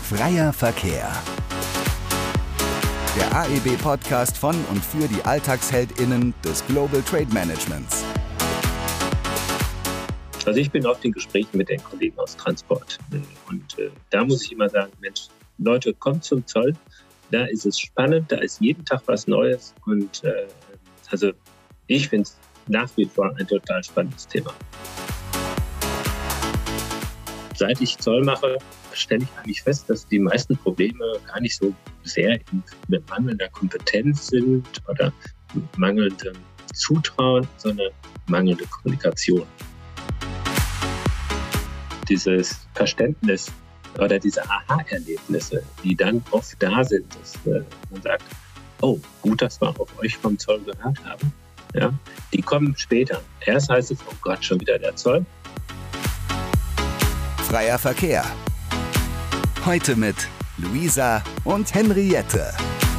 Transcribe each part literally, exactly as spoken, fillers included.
Freier Verkehr. Der A E B-Podcast von und für die AlltagsheldInnen des Global Trade Managements. Also ich bin oft in Gesprächen mit den Kollegen aus Transport. Und äh, da muss ich immer sagen, Mensch, Leute, kommt zum Zoll. Da ist es spannend, da ist jeden Tag was Neues. Und äh, also ich finde es nach wie vor ein total spannendes Thema. Seit ich Zoll mache, stelle ich eigentlich fest, dass die meisten Probleme gar nicht so sehr mit mangelnder Kompetenz sind oder mangelndem Zutrauen, sondern mangelnde Kommunikation. Dieses Verständnis oder diese Aha-Erlebnisse, die dann oft da sind, dass äh, man sagt, oh, gut, dass wir auf euch vom Zoll gehört haben. Ja, die kommen später. Erst heißt es, oh Gott, schon wieder der Zoll. Freier Verkehr. Heute mit Luisa und Henriette.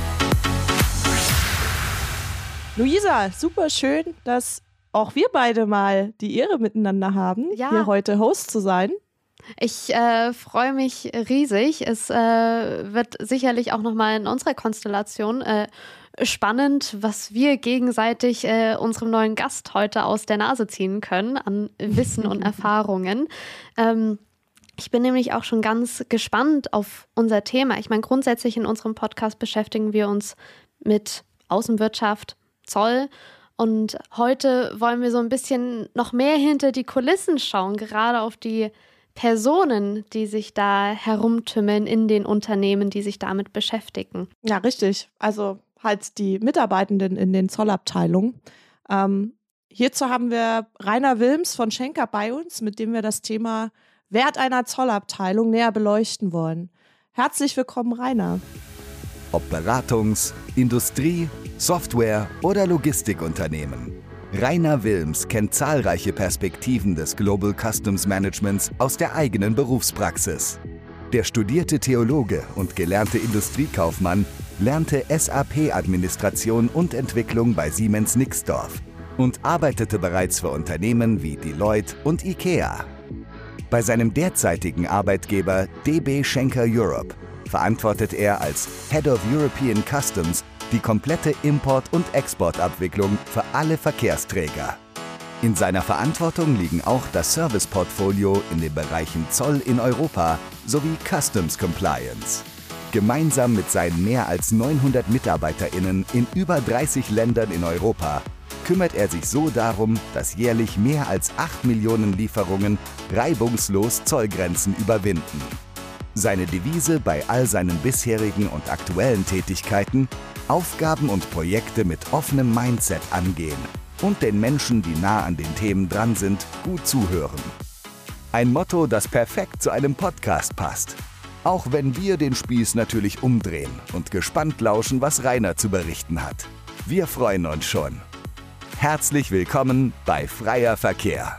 Luisa, super schön, dass auch wir beide mal die Ehre miteinander haben, ja. hier heute Host zu sein. Ich äh, freue mich riesig. Es äh, wird sicherlich auch nochmal in unserer Konstellation äh, spannend, was wir gegenseitig äh, unserem neuen Gast heute aus der Nase ziehen können an Wissen und Erfahrungen. Ähm, Ich bin nämlich auch schon ganz gespannt auf unser Thema. Ich meine, grundsätzlich in unserem Podcast beschäftigen wir uns mit Außenwirtschaft, Zoll. Und heute wollen wir so ein bisschen noch mehr hinter die Kulissen schauen, gerade auf die Personen, die sich da herumtümmeln in den Unternehmen, die sich damit beschäftigen. Ja, richtig. Also halt die Mitarbeitenden in den Zollabteilungen. Ähm, hierzu haben wir Rainer Wilms von Schenker bei uns, mit dem wir das Thema Wert einer Zollabteilung näher beleuchten wollen. Herzlich willkommen, Rainer. Ob Beratungs-, Industrie-, Software- oder Logistikunternehmen. Rainer Wilms kennt zahlreiche Perspektiven des Global Customs Managements aus der eigenen Berufspraxis. Der studierte Theologe und gelernte Industriekaufmann lernte S A P-Administration und Entwicklung bei Siemens Nixdorf und arbeitete bereits für Unternehmen wie Deloitte und IKEA. Bei seinem derzeitigen Arbeitgeber D B Schenker Europe verantwortet er als Head of European Customs die komplette Import- und Exportabwicklung für alle Verkehrsträger. In seiner Verantwortung liegen auch das Serviceportfolio in den Bereichen Zoll in Europa sowie Customs Compliance. Gemeinsam mit seinen mehr als neunhundert MitarbeiterInnen in über dreißig Ländern in Europa kümmert er sich so darum, dass jährlich mehr als acht Millionen Lieferungen reibungslos Zollgrenzen überwinden. Seine Devise bei all seinen bisherigen und aktuellen Tätigkeiten: Aufgaben und Projekte mit offenem Mindset angehen und den Menschen, die nah an den Themen dran sind, gut zuhören. Ein Motto, das perfekt zu einem Podcast passt. Auch wenn wir den Spieß natürlich umdrehen und gespannt lauschen, was Rainer zu berichten hat. Wir freuen uns schon. Herzlich willkommen bei Freier Verkehr.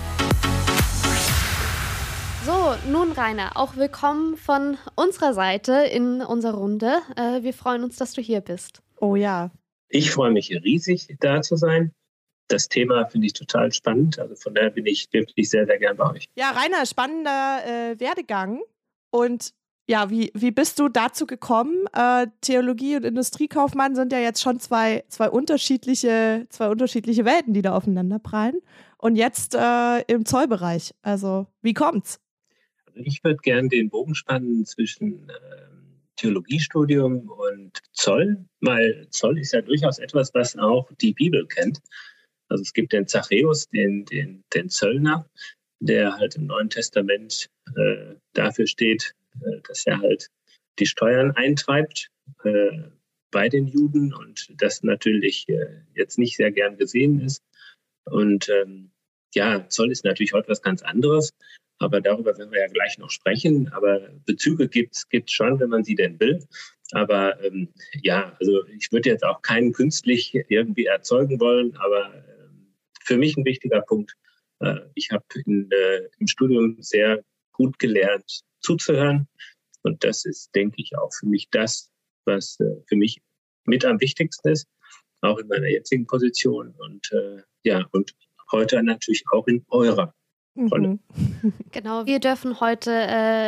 So, nun Rainer, auch willkommen von unserer Seite in unserer Runde. Äh, wir freuen uns, dass du hier bist. Oh ja. Ich freue mich riesig, da zu sein. Das Thema finde ich total spannend. Also von daher bin ich wirklich sehr, sehr gern bei euch. Ja, Rainer, spannender äh, Werdegang. Und ja, wie, wie bist du dazu gekommen? Äh, Theologie und Industriekaufmann sind ja jetzt schon zwei, zwei, unterschiedliche, zwei unterschiedliche Welten, die da aufeinander prallen. Und jetzt äh, im Zollbereich. Also, wie kommt's? Also ich würde gern den Bogen spannen zwischen ähm, Theologiestudium und Zoll, weil Zoll ist ja durchaus etwas, was auch die Bibel kennt. Also es gibt den Zachäus, den, den, den Zöllner, der halt im Neuen Testament äh, dafür steht, äh, dass er halt die Steuern eintreibt äh, bei den Juden und das natürlich äh, jetzt nicht sehr gern gesehen ist. Und ähm, ja, Zoll ist natürlich heute was ganz anderes, aber darüber werden wir ja gleich noch sprechen. Aber Bezüge gibt es schon, wenn man sie denn will. Aber ähm, ja, also ich würde jetzt auch keinen künstlich irgendwie erzeugen wollen, aber ähm, für mich ein wichtiger Punkt. Äh, ich habe äh, im Studium sehr gut gelernt, zuzuhören. Und das ist, denke ich, auch für mich das, was äh, für mich mit am wichtigsten ist, auch in meiner jetzigen Position. Und äh, ja, und heute natürlich auch in eurer Rolle. Genau, wir dürfen heute äh,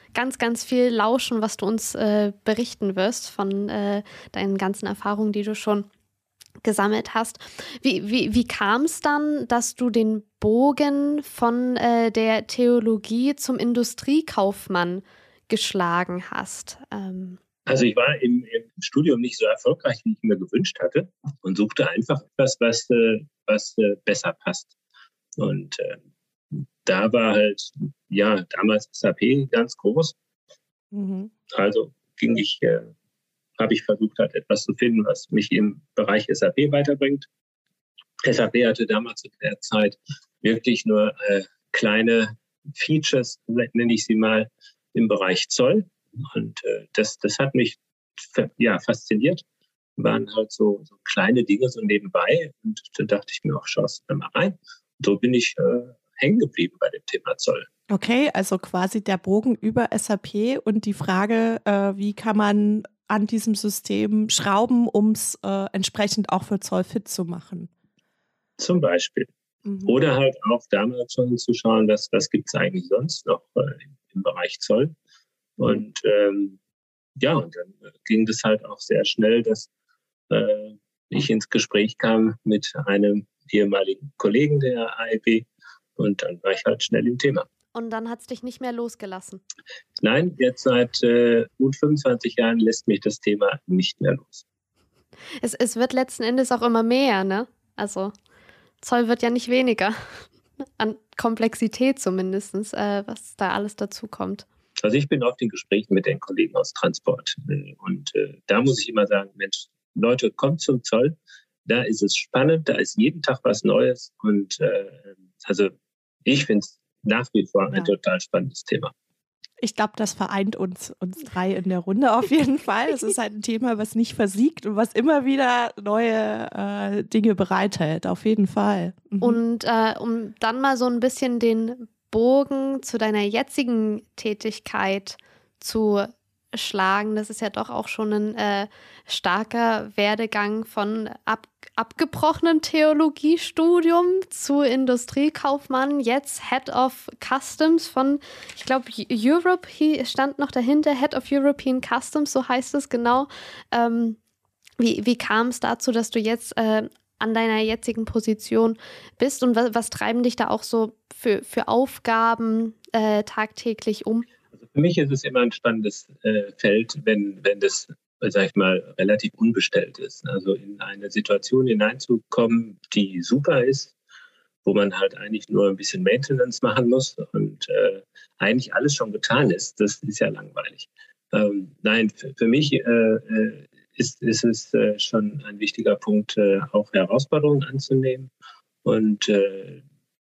ganz, ganz viel lauschen, was du uns äh, berichten wirst von äh, deinen ganzen Erfahrungen, die du schon gesammelt hast. Wie, wie, wie kam es dann, dass du den Bogen von äh, der Theologie zum Industriekaufmann geschlagen hast? Ähm. Also ich war im, im Studium nicht so erfolgreich, wie ich mir gewünscht hatte und suchte einfach etwas, was, äh, was äh, besser passt. Und äh, da war halt, ja, damals S A P ganz groß. Mhm. Also ging ich, äh, habe ich versucht, halt etwas zu finden, was mich im Bereich S A P weiterbringt. S A P hatte damals zu der Zeit wirklich nur äh, kleine Features, nenne ich sie mal, im Bereich Zoll. Und äh, das, das hat mich ja, fasziniert. Waren halt so, so kleine Dinge so nebenbei. Und da dachte ich mir auch, schaust du da mal rein. Und so bin ich äh, hängen geblieben bei dem Thema Zoll. Okay, also quasi der Bogen über S A P und die Frage, äh, wie kann man an diesem System schrauben, um es äh, entsprechend auch für Zoll fit zu machen. Zum Beispiel. Mhm. Oder halt auch damals schon zu schauen, was, was gibt es eigentlich sonst noch äh, im Bereich Zoll. Und ähm, ja, und dann ging das halt auch sehr schnell, dass äh, ich ins Gespräch kam mit einem ehemaligen Kollegen der A I B und dann war ich halt schnell im Thema. Und dann hat es dich nicht mehr losgelassen? Nein, jetzt seit äh, gut fünfundzwanzig Jahren lässt mich das Thema nicht mehr los. Es, es wird letzten Endes auch immer mehr, ne? Also Zoll wird ja nicht weniger, an Komplexität zumindest, äh, was da alles dazu kommt. Also ich bin oft in Gesprächen mit den Kollegen aus Transport und äh, da muss ich immer sagen, Mensch, Leute, kommt zum Zoll, da ist es spannend, da ist jeden Tag was Neues und äh, also ich finde es nach wie vor ein ja. total spannendes Thema. Ich glaube, das vereint uns, uns drei in der Runde auf jeden Fall. Es ist halt ein Thema, was nicht versiegt und was immer wieder neue äh, Dinge bereithält, auf jeden Fall. Mhm. Und äh, um dann mal so ein bisschen den Bogen zu deiner jetzigen Tätigkeit zu schlagen, das ist ja doch auch schon ein äh, starker Werdegang von ab, abgebrochenem Theologiestudium zu Industriekaufmann, jetzt Head of Customs von, ich glaube, Europe, hier stand noch dahinter, Head of European Customs, so heißt es genau. Ähm, wie, wie kam es dazu, dass du jetzt äh, an deiner jetzigen Position bist und was, was treiben dich da auch so für, für Aufgaben äh, tagtäglich um? Also für mich ist es immer ein spannendes äh, Feld, wenn, wenn das, sag ich mal, relativ unbestellt ist. Also in eine Situation hineinzukommen, die super ist, wo man halt eigentlich nur ein bisschen Maintenance machen muss und äh, eigentlich alles schon getan ist, das ist ja langweilig. Ähm, nein, für, für mich äh, ist, ist es äh, schon ein wichtiger Punkt, äh, auch Herausforderungen anzunehmen. Und äh,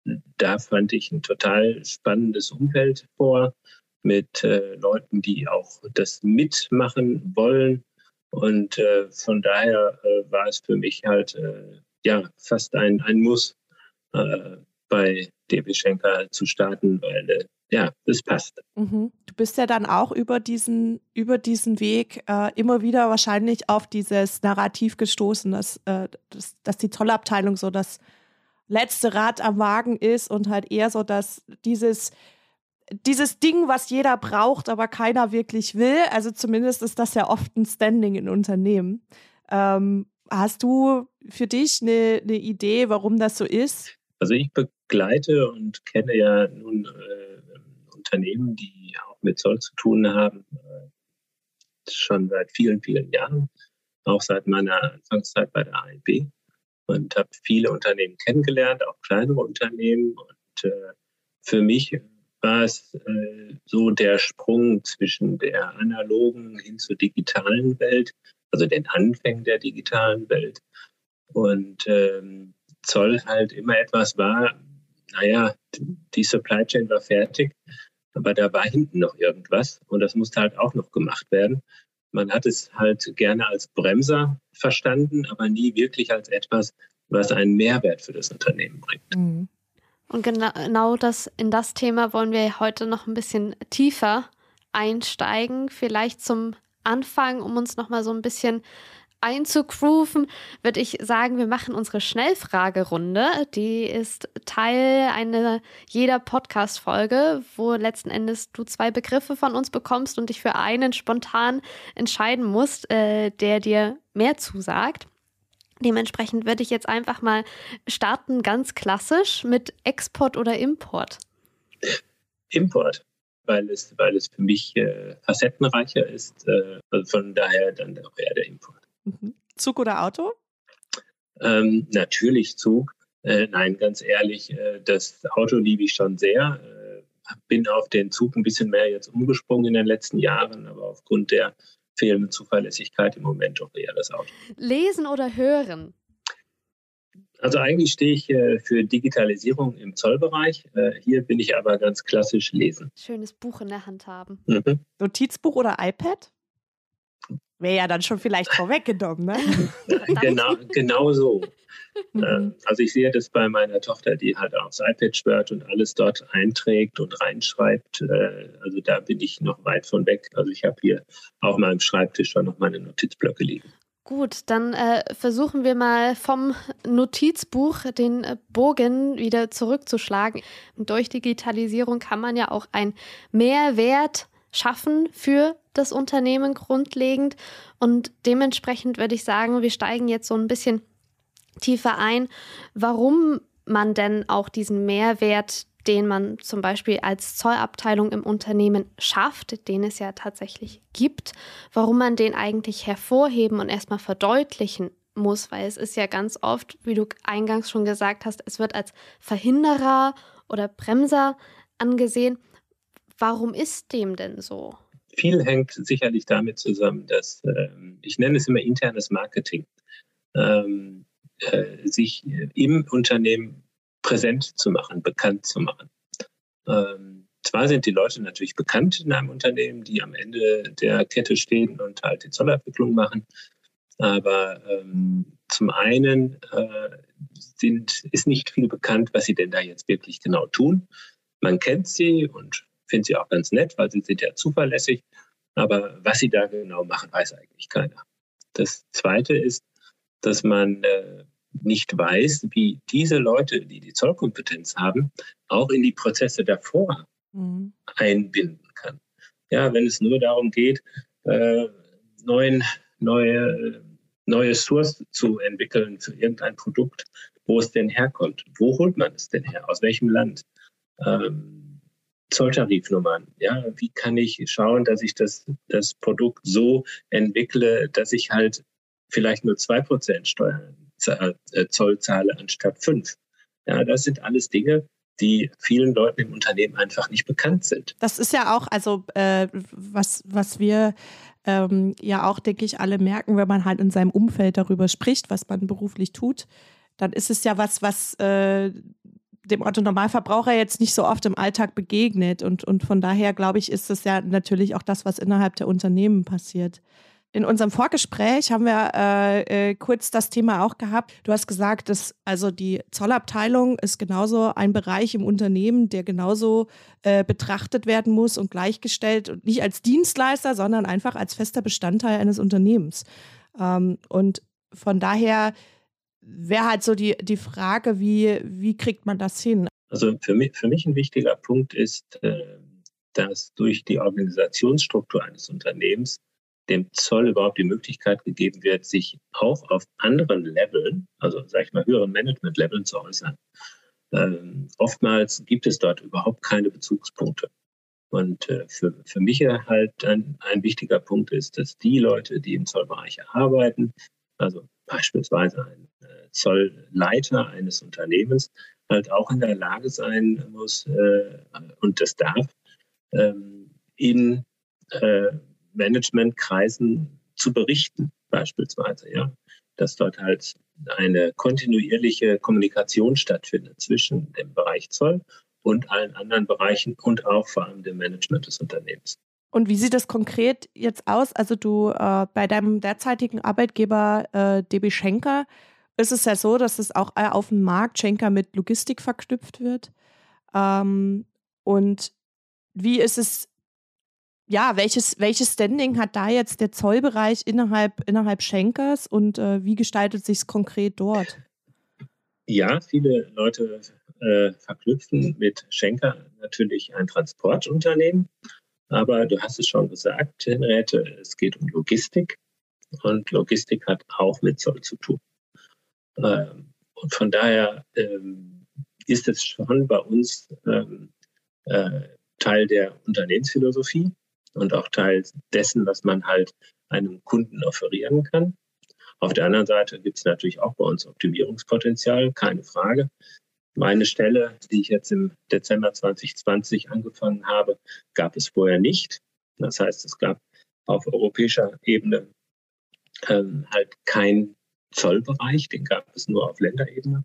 da fand ich ein total spannendes Umfeld vor, mit äh, Leuten, die auch das mitmachen wollen. Und äh, von daher äh, war es für mich halt äh, ja fast ein, ein Muss, äh, bei D B Schenker zu starten, weil äh, ja, das passt. Mhm. Du bist ja dann auch über diesen, über diesen Weg äh, immer wieder wahrscheinlich auf dieses Narrativ gestoßen, dass, äh, dass, dass die Zollabteilung so das letzte Rad am Wagen ist und halt eher so, dass dieses Dieses Ding, was jeder braucht, aber keiner wirklich will, also zumindest ist das ja oft ein Standing in Unternehmen. Ähm, hast du für dich eine, eine Idee, warum das so ist? Also ich begleite und kenne ja nun äh, Unternehmen, die auch mit Zoll zu tun haben, äh, schon seit vielen, vielen Jahren, auch seit meiner Anfangszeit bei der A I B und habe viele Unternehmen kennengelernt, auch kleinere Unternehmen und äh, für mich war es äh, so der Sprung zwischen der analogen hin zur digitalen Welt, also den Anfängen der digitalen Welt. Und ähm, Zoll halt immer etwas war, naja, die Supply Chain war fertig, aber da war hinten noch irgendwas und das musste halt auch noch gemacht werden. Man hat es halt gerne als Bremser verstanden, aber nie wirklich als etwas, was einen Mehrwert für das Unternehmen bringt. Mhm. Und genau das, in das Thema wollen wir heute noch ein bisschen tiefer einsteigen. Vielleicht zum Anfang, um uns noch mal so ein bisschen einzugrooven, würde ich sagen, wir machen unsere Schnellfragerunde. Die ist Teil einer jeder Podcast-Folge, wo letzten Endes du zwei Begriffe von uns bekommst und dich für einen spontan entscheiden musst, äh, der dir mehr zusagt. Dementsprechend würde ich jetzt einfach mal starten, ganz klassisch mit Export oder Import. Import, weil es, weil es für mich äh, facettenreicher ist. Äh, also von daher dann auch eher der Import. Zug oder Auto? Ähm, natürlich Zug. Äh, nein, ganz ehrlich, äh, das Auto liebe ich schon sehr. Äh, bin auf den Zug ein bisschen mehr jetzt umgesprungen in den letzten Jahren, aber aufgrund der fehlenden Zuverlässigkeit im Moment doch eher das Auto. Lesen oder hören? Also eigentlich stehe ich äh, für Digitalisierung im Zollbereich. Äh, hier bin ich aber ganz klassisch lesen. Schönes Buch in der Hand haben. Mhm. Notizbuch oder iPad? Wäre ja dann schon vielleicht vorweggenommen, ne? genau, genau so. Mhm. äh, also ich sehe das bei meiner Tochter, die halt aufs iPad schwört und alles dort einträgt und reinschreibt. Äh, also da bin ich noch weit von weg. Also ich habe hier auf meinem Schreibtisch schon noch meine Notizblöcke liegen. Gut, dann äh, versuchen wir mal vom Notizbuch den äh, Bogen wieder zurückzuschlagen. Durch Digitalisierung kann man ja auch einen Mehrwert schaffen für das Unternehmen grundlegend. Und dementsprechend würde ich sagen, wir steigen jetzt so ein bisschen tiefer ein, warum man denn auch diesen Mehrwert, den man zum Beispiel als Zollabteilung im Unternehmen schafft, den es ja tatsächlich gibt, warum man den eigentlich hervorheben und erstmal verdeutlichen muss, weil es ist ja ganz oft, wie du eingangs schon gesagt hast, es wird als Verhinderer oder Bremser angesehen. Warum ist dem denn so? Viel hängt sicherlich damit zusammen, dass, ähm, ich nenne es immer internes Marketing, ähm, äh, sich im Unternehmen präsent zu machen, bekannt zu machen. Ähm, zwar sind die Leute natürlich bekannt in einem Unternehmen, die am Ende der Kette stehen und halt die Zollabwicklung machen, aber ähm, zum einen äh, sind, ist nicht viel bekannt, was sie denn da jetzt wirklich genau tun. Man kennt sie und findet sie auch ganz nett, weil sie sind ja zuverlässig, aber was sie da genau machen, weiß eigentlich keiner. Das Zweite ist, dass man äh, nicht weiß, wie diese Leute, die die Zollkompetenz haben, auch in die Prozesse davor mhm. einbinden kann. Ja, wenn es nur darum geht, äh, neuen, neue, neue Source zu entwickeln für irgendein Produkt, wo es denn herkommt. Wo holt man es denn her? Aus welchem Land? Ähm, Zolltarifnummern. Ja, wie kann ich schauen, dass ich das, das Produkt so entwickle, dass ich halt vielleicht nur zwei Prozent Steuern Zoll zahle anstatt fünf. Ja, das sind alles Dinge, die vielen Leuten im Unternehmen einfach nicht bekannt sind. Das ist ja auch, also äh, was, was wir ähm, ja auch, denke ich, alle merken, wenn man halt in seinem Umfeld darüber spricht, was man beruflich tut, dann ist es ja was, was äh, dem Otto-Normalverbraucher jetzt nicht so oft im Alltag begegnet. Und, und von daher, glaube ich, ist es ja natürlich auch das, was innerhalb der Unternehmen passiert. In unserem Vorgespräch haben wir äh, äh, kurz das Thema auch gehabt. Du hast gesagt, dass also die Zollabteilung ist genauso ein Bereich im Unternehmen, der genauso äh, betrachtet werden muss und gleichgestellt und nicht als Dienstleister, sondern einfach als fester Bestandteil eines Unternehmens. Ähm, und von daher wäre halt so die, die Frage, wie, wie kriegt man das hin? Also für mich, für mich ein wichtiger Punkt ist, äh, dass durch die Organisationsstruktur eines Unternehmens dem Zoll überhaupt die Möglichkeit gegeben wird, sich auch auf anderen Leveln, also sage ich mal höheren Management-Leveln zu äußern. Ähm, oftmals gibt es dort überhaupt keine Bezugspunkte. Und äh, für, für mich halt ein, ein wichtiger Punkt ist, dass die Leute, die im Zollbereich arbeiten, also beispielsweise ein äh, Zollleiter eines Unternehmens, halt auch in der Lage sein muss äh, und das darf, ähm, in äh, Managementkreisen zu berichten, beispielsweise, ja, dass dort halt eine kontinuierliche Kommunikation stattfindet zwischen dem Bereich Zoll und allen anderen Bereichen und auch vor allem dem Management des Unternehmens. Und wie sieht das konkret jetzt aus? Also du äh, bei deinem derzeitigen Arbeitgeber äh, D B Schenker ist es ja so, dass es auch äh, auf dem Markt Schenker mit Logistik verknüpft wird. Ähm, und wie ist es ja, welches, welches Standing hat da jetzt der Zollbereich innerhalb, innerhalb Schenkers und äh, wie gestaltet sich es konkret dort? Ja, viele Leute äh, verknüpfen mit Schenker natürlich ein Transportunternehmen. Aber du hast es schon gesagt, Henriette, es geht um Logistik. Und Logistik hat auch mit Zoll zu tun. Ähm, und von daher ähm, ist es schon bei uns ähm, äh, Teil der Unternehmensphilosophie und auch Teil dessen, was man halt einem Kunden offerieren kann. Auf der anderen Seite gibt es natürlich auch bei uns Optimierungspotenzial, keine Frage. Meine Stelle, die ich jetzt im Dezember zwanzig zwanzig angefangen habe, gab es vorher nicht. Das heißt, es gab auf europäischer Ebene ähm, halt keinen Zollbereich, den gab es nur auf Länderebene.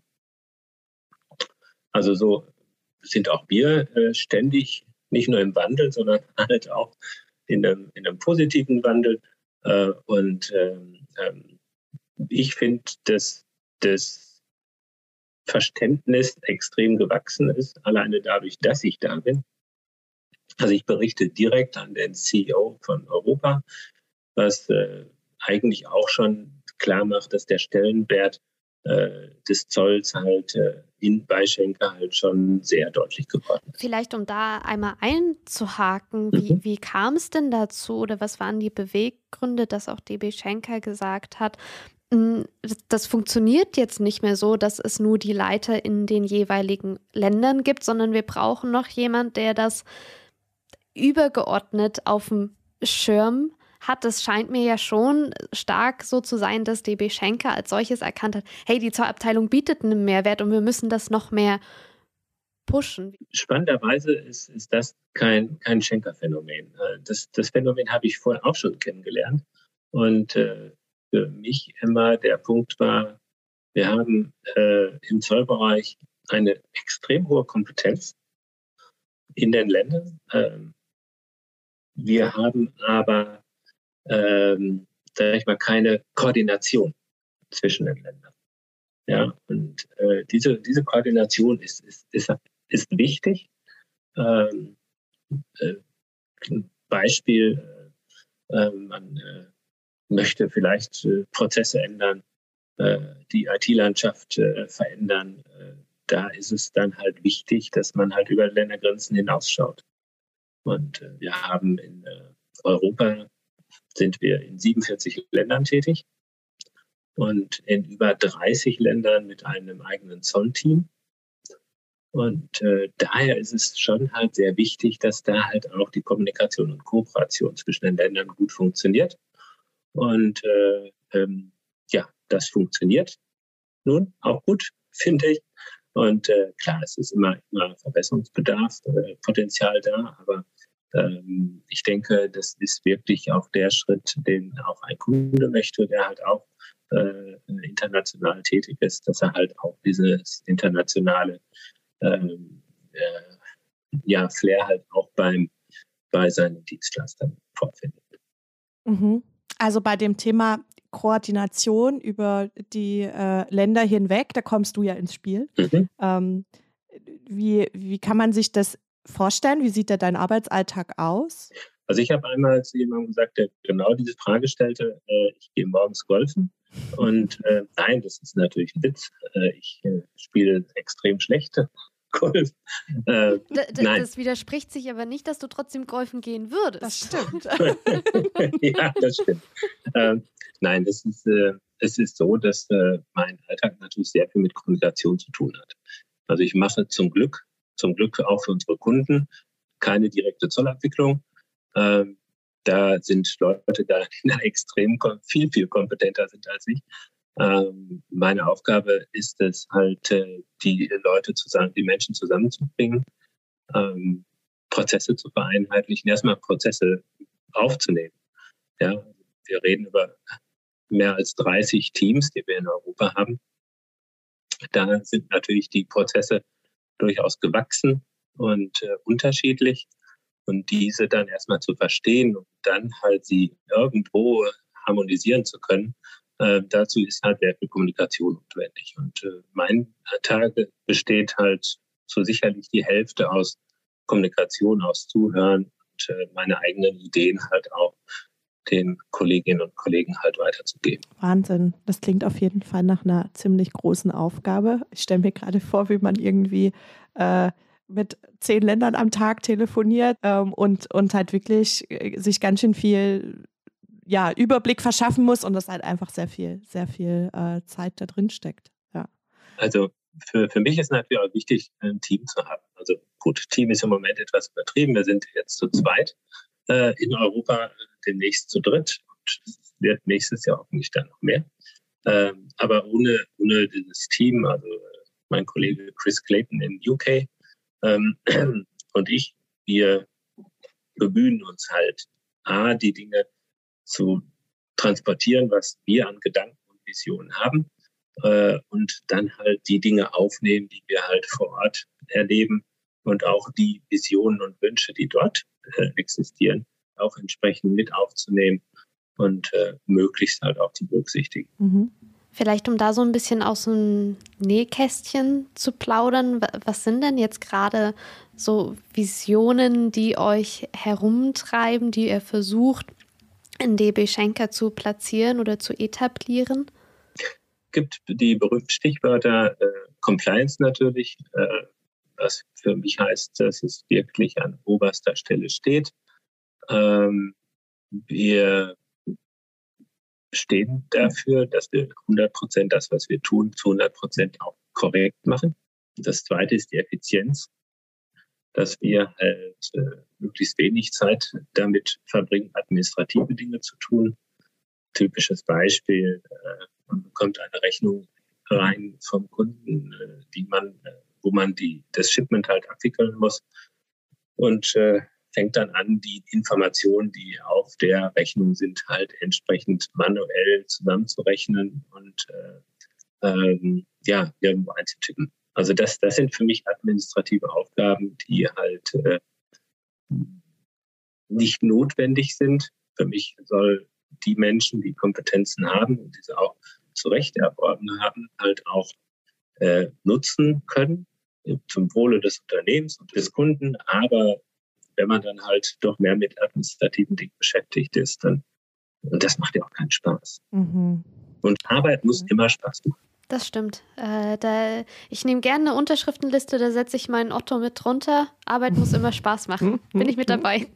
Also so sind auch wir äh, ständig nicht nur im Wandel, sondern halt auch in einem, in einem positiven Wandel. Äh, und ähm, ähm, ich finde, dass das Verständnis extrem gewachsen ist, alleine dadurch, dass ich da bin. Also ich berichte direkt an den C E O von Europa, was äh, eigentlich auch schon klar macht, dass der Stellenwert äh, des Zolls halt äh, in bei Schenker halt schon sehr deutlich geworden ist. Vielleicht um da einmal einzuhaken, wie, mhm. wie kam es denn dazu oder was waren die Beweggründe, dass auch D B Schenker gesagt hat, das funktioniert jetzt nicht mehr so, dass es nur die Leiter in den jeweiligen Ländern gibt, sondern wir brauchen noch jemand, der das übergeordnet auf dem Schirm hat. Es scheint mir ja schon stark so zu sein, dass D B Schenker als solches erkannt hat, hey, die Zollabteilung bietet einen Mehrwert und wir müssen das noch mehr pushen. Spannenderweise ist, ist das kein, kein Schenker-Phänomen. Das, das Phänomen habe ich vorher auch schon kennengelernt und äh, für mich immer der Punkt war, wir haben äh, im Zollbereich eine extrem hohe Kompetenz in den Ländern. Ähm, wir haben aber, ähm, sage ich mal, keine Koordination zwischen den Ländern. Ja, und äh, diese, diese Koordination ist, ist, ist, ist wichtig. Ähm, äh, Beispiel, äh, man äh, möchte vielleicht äh, Prozesse ändern, äh, die I T-Landschaft äh, verändern. Äh, da ist es dann halt wichtig, dass man halt über Ländergrenzen hinausschaut. Und äh, wir haben in äh, Europa, sind wir in siebenundvierzig Ländern tätig und in über dreißig Ländern mit einem eigenen Zollteam. Und äh, daher ist es schon halt sehr wichtig, dass da halt auch die Kommunikation und Kooperation zwischen den Ländern gut funktioniert. Und äh, ähm, ja, das funktioniert nun auch gut, finde ich. Und äh, klar, es ist immer, immer Verbesserungsbedarf, äh, Potenzial da, aber ähm, ich denke, das ist wirklich auch der Schritt, den auch ein Kunde möchte, der halt auch äh, international tätig ist, dass er halt auch dieses internationale ähm, äh, ja, Flair halt auch beim, bei seinen Dienstleistern vorfindet. Mhm. Also bei dem Thema Koordination über die äh, Länder hinweg, da kommst du ja ins Spiel. Mhm. Ähm, wie, wie kann man sich das vorstellen? Wie sieht da dein Arbeitsalltag aus? Also ich habe einmal zu jemandem gesagt, der genau diese Frage stellte, äh, ich gehe morgens golfen. Und äh, nein, das ist natürlich ein Witz. Äh, ich äh, spiele extrem schlecht Golf. Äh, d- d- das widerspricht sich aber nicht, dass du trotzdem golfen gehen würdest. Das stimmt. Ja, das stimmt. Äh, nein, es ist, äh, es ist so, dass äh, mein Alltag natürlich sehr viel mit Kommunikation zu tun hat. Also ich mache zum Glück, zum Glück auch für unsere Kunden keine direkte Zollabwicklung. Äh, da sind Leute da, die da extrem viel, viel kompetenter sind als ich. Ähm, meine Aufgabe ist es halt, äh, die Leute zusammen, die Menschen zusammenzubringen, ähm, Prozesse zu vereinheitlichen, erstmal Prozesse aufzunehmen. Ja, wir reden über mehr als dreißig Teams, die wir in Europa haben. Da sind natürlich die Prozesse durchaus gewachsen und äh, unterschiedlich. Und diese dann erstmal zu verstehen und dann halt sie irgendwo harmonisieren zu können, Äh, dazu ist halt sehr viel Kommunikation notwendig. Und äh, mein Tag besteht halt so sicherlich die Hälfte aus Kommunikation, aus Zuhören und äh, meine eigenen Ideen halt auch den Kolleginnen und Kollegen halt weiterzugeben. Wahnsinn. Das klingt auf jeden Fall nach einer ziemlich großen Aufgabe. Ich stelle mir gerade vor, wie man irgendwie äh, mit zehn Ländern am Tag telefoniert ähm, und, und halt wirklich äh, sich ganz schön viel ja, Überblick verschaffen muss und das halt einfach sehr viel, sehr viel äh, Zeit da drin steckt. Ja. Also für, für mich ist natürlich auch wichtig, ein Team zu haben. Also gut, Team ist im Moment etwas übertrieben. Wir sind jetzt zu zweit äh, in Europa, demnächst zu dritt und es wird nächstes Jahr hoffentlich dann noch mehr. Ähm, aber ohne, ohne dieses Team, also mein Kollege Chris Clayton in U K ähm, und ich, wir bemühen uns halt, A, die Dinge zu transportieren, was wir an Gedanken und Visionen haben äh, und dann halt die Dinge aufnehmen, die wir halt vor Ort erleben und auch die Visionen und Wünsche, die dort äh, existieren, auch entsprechend mit aufzunehmen und äh, möglichst halt auch zu berücksichtigen. Mhm. Vielleicht, um da so ein bisschen aus dem Nähkästchen zu plaudern, was sind denn jetzt gerade so Visionen, die euch herumtreiben, die ihr versucht, in D B Schenker zu platzieren oder zu etablieren? Es gibt die berühmten Stichwörter äh, Compliance natürlich, äh, was für mich heißt, dass es wirklich an oberster Stelle steht. Ähm, wir stehen dafür, dass wir hundert Prozent das, was wir tun, zu hundert Prozent auch korrekt machen. Das Zweite ist die Effizienz, dass wir halt äh, möglichst wenig Zeit damit verbringen, administrative Dinge zu tun. Typisches Beispiel, äh, man bekommt eine Rechnung rein vom Kunden, äh, die man, äh, wo man die, das Shipment halt abwickeln muss und äh, fängt dann an, die Informationen, die auf der Rechnung sind, halt entsprechend manuell zusammenzurechnen und äh, ähm, ja, irgendwo einzutippen. Also das, das sind für mich administrative Aufgaben, die halt äh, nicht notwendig sind. Für mich soll die Menschen, die Kompetenzen haben und diese auch zu Recht erworben haben, halt auch äh, nutzen können zum Wohle des Unternehmens und des Kunden. Aber wenn man dann halt doch mehr mit administrativen Dingen beschäftigt ist, dann, und das macht ja auch keinen Spaß. Mhm. Und Arbeit muss mhm. immer Spaß machen. Das stimmt. Äh, da, ich nehme gerne eine Unterschriftenliste, da setze ich meinen Otto mit drunter. Arbeit muss immer Spaß machen. Bin ich mit dabei.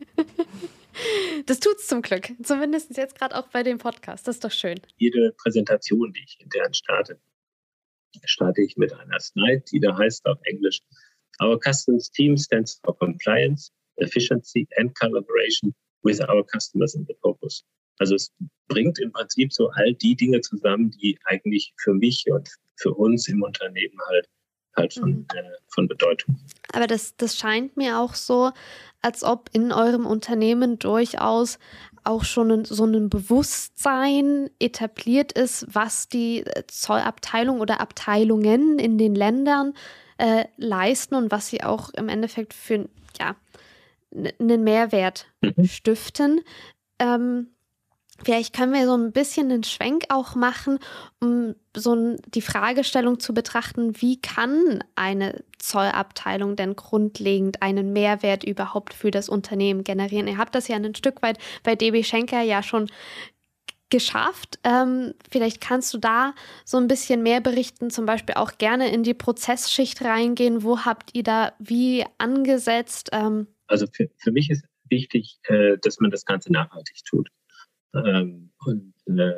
Das tut's zum Glück. Zumindest jetzt gerade auch bei dem Podcast. Das ist doch schön. Jede Präsentation, die ich intern starte, starte ich mit einer Slide, die da heißt auf Englisch: Our Customs Team stands for Compliance, Efficiency and Collaboration with our customers in the focus. Also es bringt im Prinzip so all die Dinge zusammen, die eigentlich für mich und für uns im Unternehmen halt, halt von, mhm. äh, von Bedeutung sind. Aber das, das scheint mir auch so, als ob in eurem Unternehmen durchaus auch schon ein, so ein Bewusstsein etabliert ist, was die Zollabteilung oder Abteilungen in den Ländern äh, leisten und was sie auch im Endeffekt für ja, einen Mehrwert mhm. stiften. Ähm, Vielleicht können wir so ein bisschen einen Schwenk auch machen, um so ein, die Fragestellung zu betrachten, wie kann eine Zollabteilung denn grundlegend einen Mehrwert überhaupt für das Unternehmen generieren? Ihr habt das ja ein Stück weit bei D B Schenker ja schon geschafft. Ähm, vielleicht kannst du da so ein bisschen mehr berichten, zum Beispiel auch gerne in die Prozessschicht reingehen. Wo habt ihr da wie angesetzt? Ähm, also für, für mich ist wichtig, äh, dass man das Ganze nachhaltig tut. Ähm, und äh,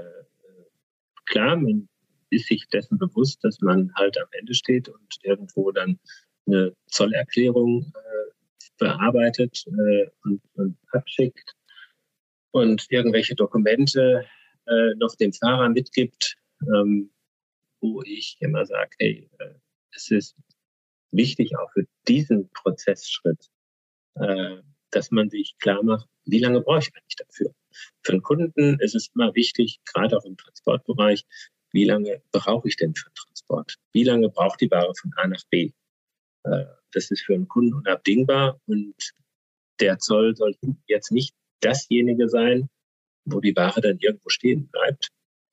klar, man ist sich dessen bewusst, dass man halt am Ende steht und irgendwo dann eine Zollerklärung äh, bearbeitet äh, und, und abschickt und irgendwelche Dokumente äh, noch dem Fahrer mitgibt, ähm, wo ich immer sage, hey, äh, es ist wichtig auch für diesen Prozessschritt, äh, dass man sich klar macht, wie lange brauche ich eigentlich dafür? Für den Kunden ist es immer wichtig, gerade auch im Transportbereich, wie lange brauche ich denn für den Transport? Wie lange braucht die Ware von A nach B? Das ist für einen Kunden unabdingbar und der Zoll soll jetzt nicht dasjenige sein, wo die Ware dann irgendwo stehen bleibt.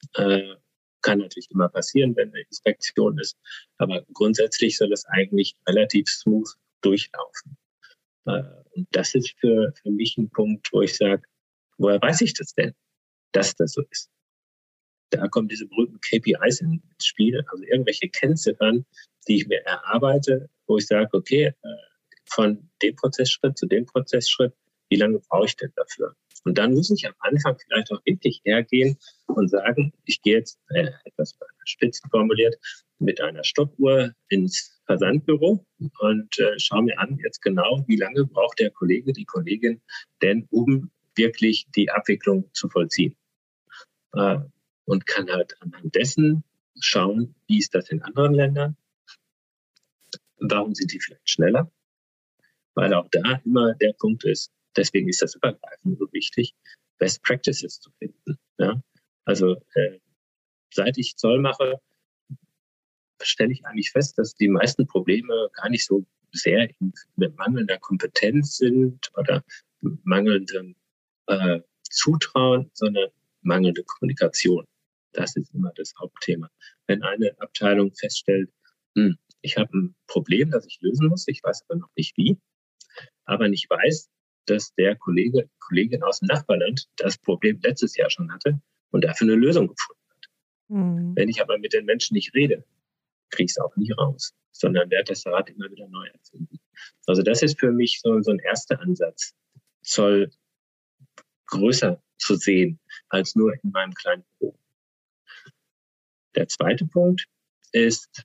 Kann natürlich immer passieren, wenn eine Inspektion ist, aber grundsätzlich soll es eigentlich relativ smooth durchlaufen. Äh, und das ist für, für mich ein Punkt, wo ich sage, woher weiß ich das denn, dass das so ist? Da kommen diese berühmten K P Is ins Spiel, also irgendwelche Kennziffern, die ich mir erarbeite, wo ich sage, okay, äh, von dem Prozessschritt zu dem Prozessschritt, wie lange brauche ich denn dafür? Und dann muss ich am Anfang vielleicht auch wirklich hergehen und sagen, ich gehe jetzt, äh, etwas spitz formuliert, mit einer Stoppuhr ins Versandbüro und äh, schaue mir an jetzt genau, wie lange braucht der Kollege, die Kollegin denn, um wirklich die Abwicklung zu vollziehen. Äh, und kann halt anhand dessen schauen, wie ist das in anderen Ländern, warum sind die vielleicht schneller, weil auch da immer der Punkt ist, deswegen ist das übergreifend so wichtig, Best Practices zu finden. Ja? Also äh, seit ich Zoll mache, stelle ich eigentlich fest, dass die meisten Probleme gar nicht so sehr mit mangelnder Kompetenz sind oder mangelndem äh, Zutrauen, sondern mangelnde Kommunikation. Das ist immer das Hauptthema. Wenn eine Abteilung feststellt, hm, ich habe ein Problem, das ich lösen muss, ich weiß aber noch nicht wie, aber nicht weiß, dass der Kollege, Kollegin aus dem Nachbarland das Problem letztes Jahr schon hatte und dafür eine Lösung gefunden hat. Mhm. Wenn ich aber mit den Menschen nicht rede, kriege ich es auch nie raus, sondern werde das Rad immer wieder neu erfinden. Also das ist für mich so, so ein erster Ansatz, Zoll größer zu sehen als nur in meinem kleinen Büro. Der zweite Punkt ist,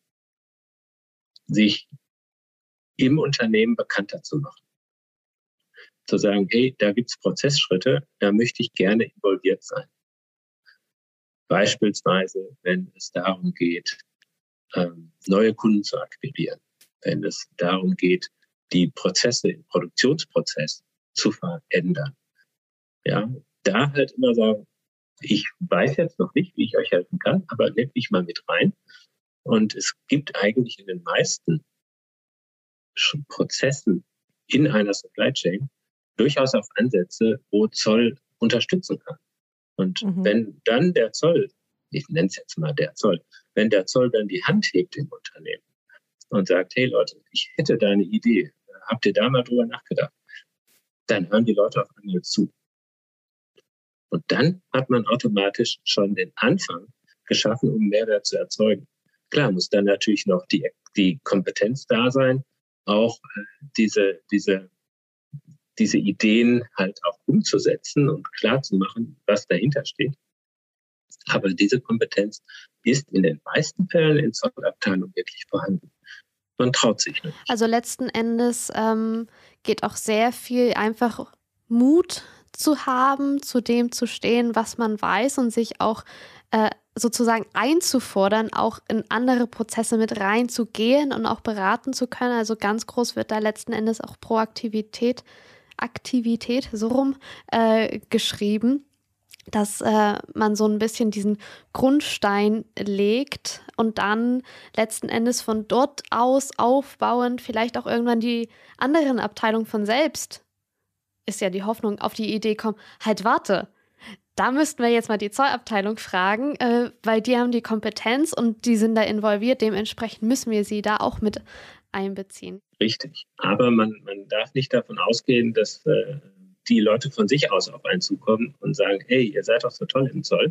sich im Unternehmen bekannter zu machen. Zu sagen, hey, da gibt es Prozessschritte, da möchte ich gerne involviert sein. Beispielsweise, wenn es darum geht, ähm, neue Kunden zu akquirieren, wenn es darum geht, die Prozesse im Produktionsprozess zu verändern. Ja, da halt immer sagen, ich weiß jetzt noch nicht, wie ich euch helfen kann, aber nehmt mich mal mit rein. Und es gibt eigentlich in den meisten Prozessen in einer Supply Chain durchaus auch Ansätze, wo Zoll unterstützen kann. Und mhm. wenn dann der Zoll, ich nenne es jetzt mal der Zoll, wenn der Zoll dann die Hand hebt im Unternehmen und sagt, hey Leute, ich hätte da eine Idee, habt ihr da mal drüber nachgedacht? Dann hören die Leute auf einmal zu. Und dann hat man automatisch schon den Anfang geschaffen, um Mehrwert zu erzeugen. Klar muss dann natürlich noch die, die Kompetenz da sein, auch äh, diese, diese, diese Ideen halt auch umzusetzen und klar zu machen, was dahinter steht. Aber diese Kompetenz ist in den meisten Fällen in Zollabteilungen wirklich vorhanden. Man traut sich nicht. Also letzten Endes ähm, geht auch sehr viel einfach Mut zu haben, zu dem zu stehen, was man weiß und sich auch äh, sozusagen einzufordern, auch in andere Prozesse mit reinzugehen und auch beraten zu können. Also ganz groß wird da letzten Endes auch Proaktivität, Aktivität, so rum, äh, geschrieben, dass äh, man so ein bisschen diesen Grundstein legt und dann letzten Endes von dort aus aufbauend vielleicht auch irgendwann die anderen Abteilungen von selbst, ist ja die Hoffnung, auf die Idee kommen, halt warte, da müssten wir jetzt mal die Zollabteilung fragen, äh, weil die haben die Kompetenz und die sind da involviert, dementsprechend müssen wir sie da auch mit einbeziehen. Richtig, aber man, man darf nicht davon ausgehen, dass äh, die Leute von sich aus auf einen zukommen und sagen, hey, ihr seid doch so toll im Zoll,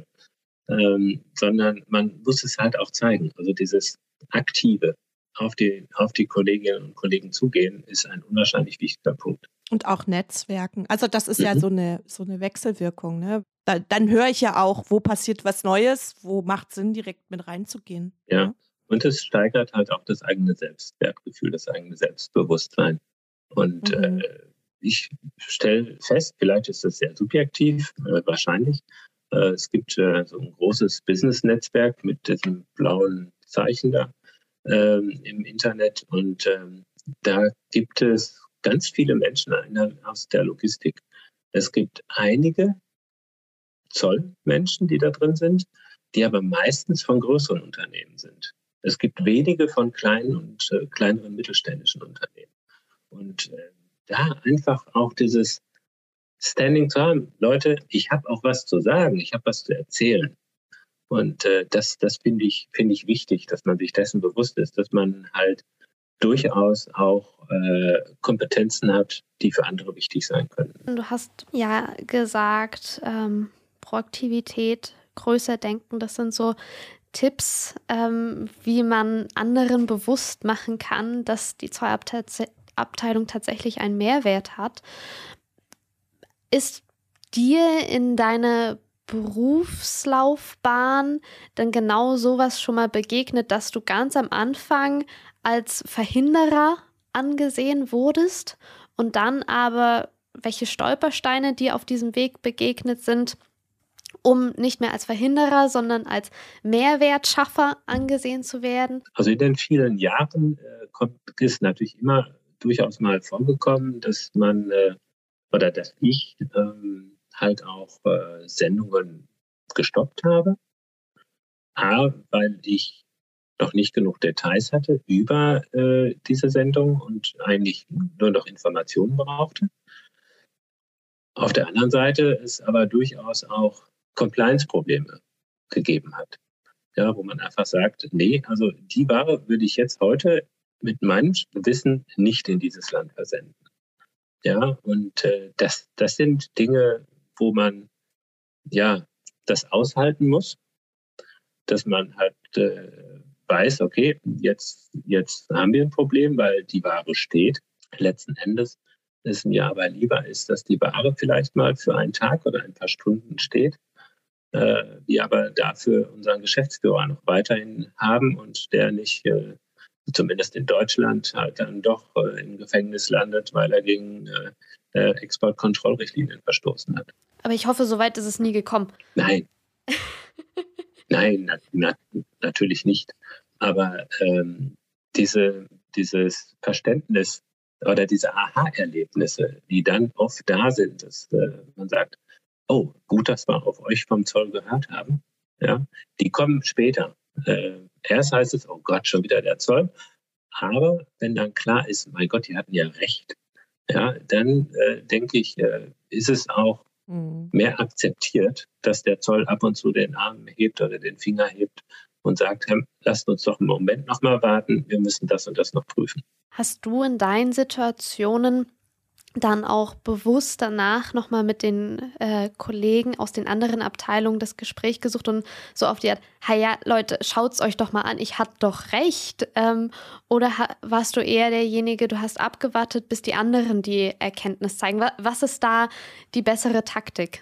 ähm, sondern man muss es halt auch zeigen. Also dieses Aktive auf die, auf die Kolleginnen und Kollegen zugehen, ist ein unwahrscheinlich wichtiger Punkt. Und auch Netzwerken. Also das ist mhm. ja so eine, so eine Wechselwirkung. Ne? Da, dann höre ich ja auch, wo passiert was Neues, wo macht Sinn, direkt mit reinzugehen. Ja, ja. Und es steigert halt auch das eigene Selbstwertgefühl, das eigene Selbstbewusstsein. Und mhm. äh, ich stelle fest, vielleicht ist das sehr subjektiv, äh, wahrscheinlich. Äh, es gibt äh, so ein großes Business-Netzwerk mit diesem blauen Zeichen da äh, im Internet. Und äh, da gibt es ganz viele Menschen aus der Logistik. Es gibt einige Zollmenschen, die da drin sind, die aber meistens von größeren Unternehmen sind. Es gibt wenige von kleinen und äh, kleineren mittelständischen Unternehmen. Und äh, da einfach auch dieses Standing zu haben. Leute, ich habe auch was zu sagen, ich habe was zu erzählen. Und äh, das, das finde ich, finde ich wichtig, dass man sich dessen bewusst ist, dass man halt durchaus auch äh, Kompetenzen hat, die für andere wichtig sein können. Du hast ja gesagt, ähm, Proaktivität, größer denken, das sind so Tipps, ähm, wie man anderen bewusst machen kann, dass die Zollabteilung tatsächlich einen Mehrwert hat. Ist dir in deiner Berufslaufbahn dann genau sowas schon mal begegnet, dass du ganz am Anfang als Verhinderer angesehen wurdest und dann aber welche Stolpersteine dir auf diesem Weg begegnet sind, um nicht mehr als Verhinderer, sondern als Mehrwertschaffer angesehen zu werden? Also in den vielen Jahren äh, kommt, ist natürlich immer durchaus mal vorgekommen, dass man äh, oder dass ich ähm, halt auch äh, Sendungen gestoppt habe. A, weil ich noch nicht genug Details hatte über äh, diese Sendung und eigentlich nur noch Informationen brauchte. Auf der anderen Seite es aber durchaus auch Compliance-Probleme gegeben hat. Ja, wo man einfach sagt, nee, also die Ware würde ich jetzt heute mit meinem Wissen nicht in dieses Land versenden. Ja, und äh, das, das sind Dinge, wo man ja das aushalten muss, dass man halt äh, weiß, okay, jetzt, jetzt haben wir ein Problem, weil die Ware steht. Letzten Endes ist mir aber lieber ist, dass die Ware vielleicht mal für einen Tag oder ein paar Stunden steht, äh, wir aber dafür unseren Geschäftsführer noch weiterhin haben und der nicht, äh, zumindest in Deutschland, halt dann doch äh, im Gefängnis landet, weil er gegen äh, äh, Exportkontrollrichtlinien verstoßen hat. Aber ich hoffe, so weit ist es nie gekommen. Nein. Nein, na, na, natürlich nicht. Aber ähm, diese, dieses Verständnis oder diese Aha-Erlebnisse, die dann oft da sind, dass äh, man sagt, oh, gut, dass wir auf euch vom Zoll gehört haben, ja, die kommen später. Äh, erst heißt es, oh Gott, schon wieder der Zoll. Aber wenn dann klar ist, mein Gott, die hatten ja recht, ja, dann äh, denke ich, äh, ist es auch mhm. mehr akzeptiert, dass der Zoll ab und zu den Arm hebt oder den Finger hebt und sagt, hey, lasst uns doch einen Moment noch mal warten, wir müssen das und das noch prüfen. Hast du in deinen Situationen dann auch bewusst danach nochmal mit den äh, Kollegen aus den anderen Abteilungen das Gespräch gesucht und so auf die Art, hey ja, Leute, schaut's euch doch mal an, ich hatte doch recht. Ähm, oder ha- warst du eher derjenige, du hast abgewartet, bis die anderen die Erkenntnis zeigen? Was, was ist da die bessere Taktik?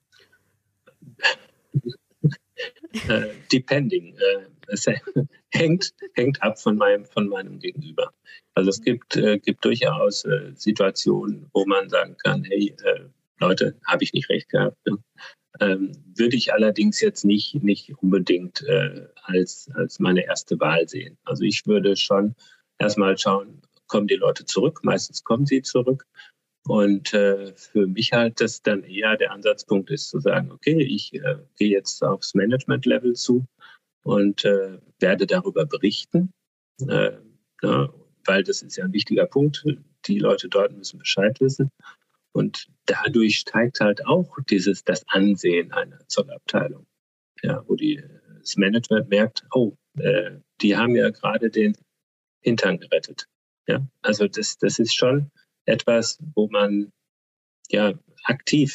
äh, depending. Äh, es hängt, hängt ab von meinem, von meinem Gegenüber. Also es gibt, äh, gibt durchaus äh, Situationen, wo man sagen kann, hey, äh, Leute, habe ich nicht recht gehabt. Ne? Ähm, würde ich allerdings jetzt nicht, nicht unbedingt äh, als, als meine erste Wahl sehen. Also ich würde schon erstmal schauen, kommen die Leute zurück? Meistens kommen sie zurück. Und äh, für mich halt das dann eher der Ansatzpunkt ist zu sagen, okay, ich äh, gehe jetzt aufs Management-Level zu und äh, werde darüber berichten, äh, ja, weil das ist ja ein wichtiger Punkt. Die Leute dort müssen Bescheid wissen. Und dadurch steigt halt auch dieses das Ansehen einer Zollabteilung, ja, wo die, das Management merkt, oh, äh, die haben ja gerade den Hintern gerettet. Ja, also das, das ist schon etwas, wo man ja aktiv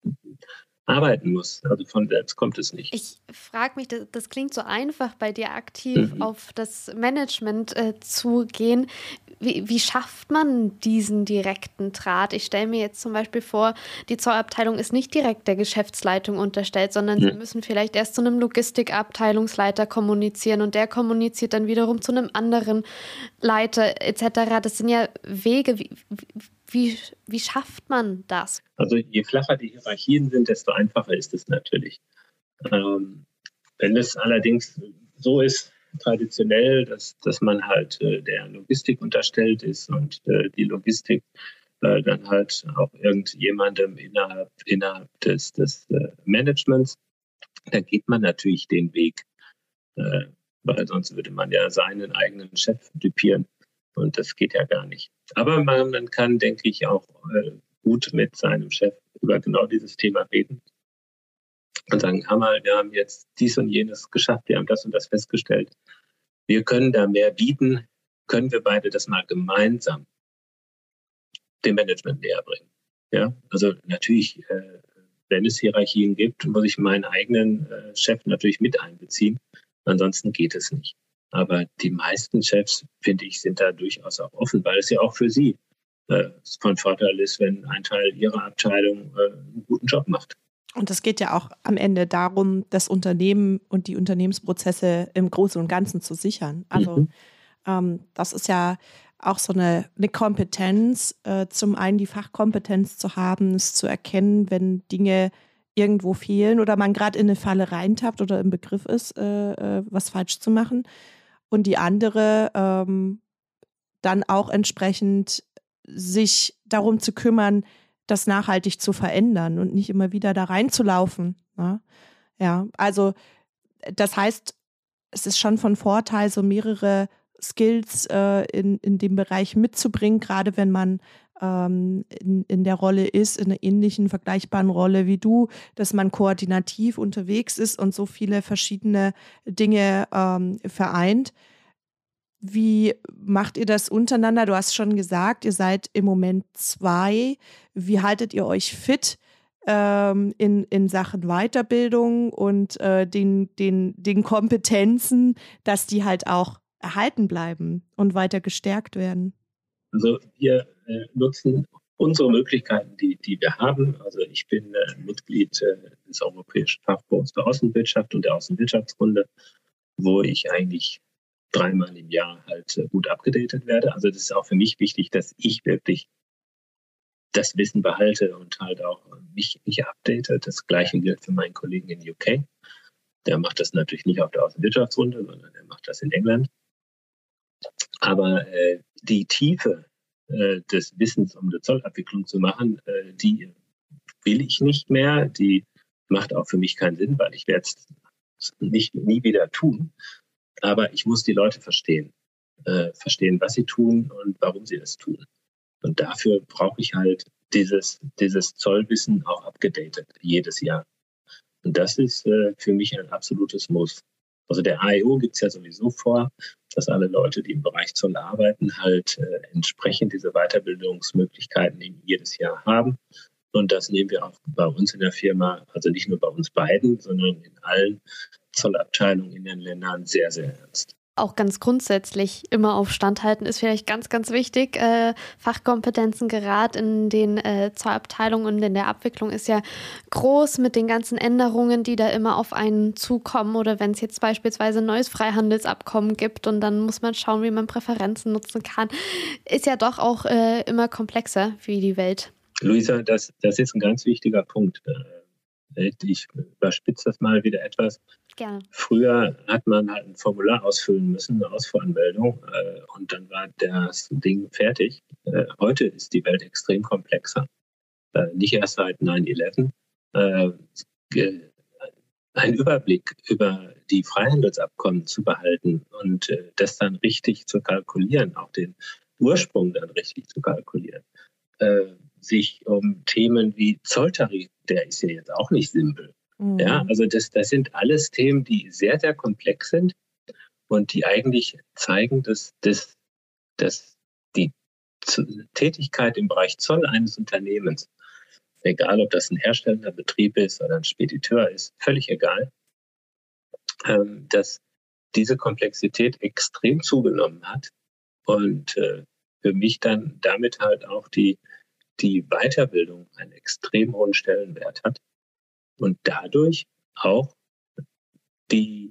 arbeiten muss. Also von selbst kommt es nicht. Ich frage mich, das, das klingt so einfach bei dir, aktiv mhm. auf das Management äh, zu gehen. Wie, wie schafft man diesen direkten Draht? Ich stelle mir jetzt zum Beispiel vor, die Zollabteilung ist nicht direkt der Geschäftsleitung unterstellt, sondern mhm. sie müssen vielleicht erst zu einem Logistikabteilungsleiter kommunizieren und der kommuniziert dann wiederum zu einem anderen Leiter et cetera. Das sind ja Wege. Wie, wie, wie schafft man das? Also je flacher die Hierarchien sind, desto einfacher ist es natürlich. Ähm, wenn es allerdings so ist, traditionell, dass, dass man halt äh, der Logistik unterstellt ist und äh, die Logistik äh, dann halt auch irgendjemandem innerhalb, innerhalb des, des äh, Managements, da geht man natürlich den Weg, äh, weil sonst würde man ja seinen eigenen Chef dupieren und das geht ja gar nicht. Aber man, man kann, denke ich, auch äh, gut mit seinem Chef über genau dieses Thema reden und sagen, Hammer, wir haben jetzt dies und jenes geschafft, wir haben das und das festgestellt. Wir können da mehr bieten. können wir beide das mal gemeinsam dem Management näher bringen. Ja, also natürlich, äh, wenn es Hierarchien gibt, muss ich meinen eigenen äh, Chef natürlich mit einbeziehen. Ansonsten geht es nicht. Aber die meisten Chefs, finde ich, sind da durchaus auch offen, weil es ja auch für sie äh, von Vorteil ist, wenn ein Teil ihrer Abteilung äh, einen guten Job macht. Und es geht ja auch am Ende darum, das Unternehmen und die Unternehmensprozesse im Großen und Ganzen zu sichern. Also mhm. ähm, das ist ja auch so eine, eine Kompetenz, äh, zum einen die Fachkompetenz zu haben, es zu erkennen, wenn Dinge irgendwo fehlen oder man gerade in eine Falle reintappt oder im Begriff ist, äh, äh, was falsch zu machen. Und die andere ähm, dann auch entsprechend sich darum zu kümmern, das nachhaltig zu verändern und nicht immer wieder da reinzulaufen. Ne? Ja, also das heißt, es ist schon von Vorteil, so mehrere Skills äh, in, in dem Bereich mitzubringen, gerade wenn man ähm, in, in der Rolle ist, in einer ähnlichen, vergleichbaren Rolle wie du, dass man koordinativ unterwegs ist und so viele verschiedene Dinge ähm, vereint. Wie macht ihr das untereinander? Du hast schon gesagt, ihr seid im Moment zwei. Wie haltet ihr euch fit ähm, in, in Sachen Weiterbildung und äh, den, den, den Kompetenzen, dass die halt auch erhalten bleiben und weiter gestärkt werden? Also wir äh, nutzen unsere Möglichkeiten, die, die wir haben. Also ich bin äh, Mitglied äh, des Europäischen Fachbunds für Außenwirtschaft und der Außenwirtschaftsrunde, wo ich eigentlich dreimal im Jahr halt äh, gut abgedatet werde. Also das ist auch für mich wichtig, dass ich wirklich das Wissen behalte und halt auch mich, mich update. Das Gleiche gilt für meinen Kollegen in U K. Der macht das natürlich nicht auf der Außenwirtschaftsrunde, sondern der macht das in England. Aber äh, die Tiefe äh, des Wissens, um eine Zollabwicklung zu machen, äh, die will ich nicht mehr. Die macht auch für mich keinen Sinn, weil ich werde es nicht nie wieder tun. Aber ich muss die Leute verstehen, äh, verstehen, was sie tun und warum sie es tun. Und dafür brauche ich halt dieses, dieses Zollwissen auch abgedatet, jedes Jahr. Und das ist äh, für mich ein absolutes Muss. Also der A E O gibt es ja sowieso vor, dass alle Leute, die im Bereich Zoll arbeiten, halt äh, entsprechend diese Weiterbildungsmöglichkeiten jedes Jahr haben. Und das nehmen wir auch bei uns in der Firma, also nicht nur bei uns beiden, sondern in allen Zollabteilungen in den Ländern sehr, sehr ernst. Auch ganz grundsätzlich immer auf Stand halten ist vielleicht ganz, ganz wichtig. Äh, Fachkompetenzen gerade in den äh, Zollabteilungen und in der Abwicklung ist ja groß mit den ganzen Änderungen, die da immer auf einen zukommen. Oder wenn es jetzt beispielsweise ein neues Freihandelsabkommen gibt und dann muss man schauen, wie man Präferenzen nutzen kann, ist ja doch auch äh, immer komplexer wie die Welt. Luisa, das, das ist ein ganz wichtiger Punkt. Ich überspitze das mal wieder etwas. Gerne. Früher hat man halt ein Formular ausfüllen müssen, eine Ausfuhranmeldung, äh, und dann war das Ding fertig. Äh, heute ist die Welt extrem komplexer. Äh, nicht erst seit neun elf. Äh, einen Überblick über die Freihandelsabkommen zu behalten und äh, das dann richtig zu kalkulieren, auch den Ursprung dann richtig zu kalkulieren. Äh, sich um Themen wie Zolltarif, der ist ja jetzt auch nicht simpel. Mhm. Ja, also das, das sind alles Themen, die sehr, sehr komplex sind und die eigentlich zeigen, dass, dass, dass die Tätigkeit im Bereich Zoll eines Unternehmens, egal ob das ein herstellender Betrieb ist oder ein Spediteur ist, völlig egal, ähm, dass diese Komplexität extrem zugenommen hat und äh, für mich dann damit halt auch die die Weiterbildung einen extrem hohen Stellenwert hat und dadurch auch die,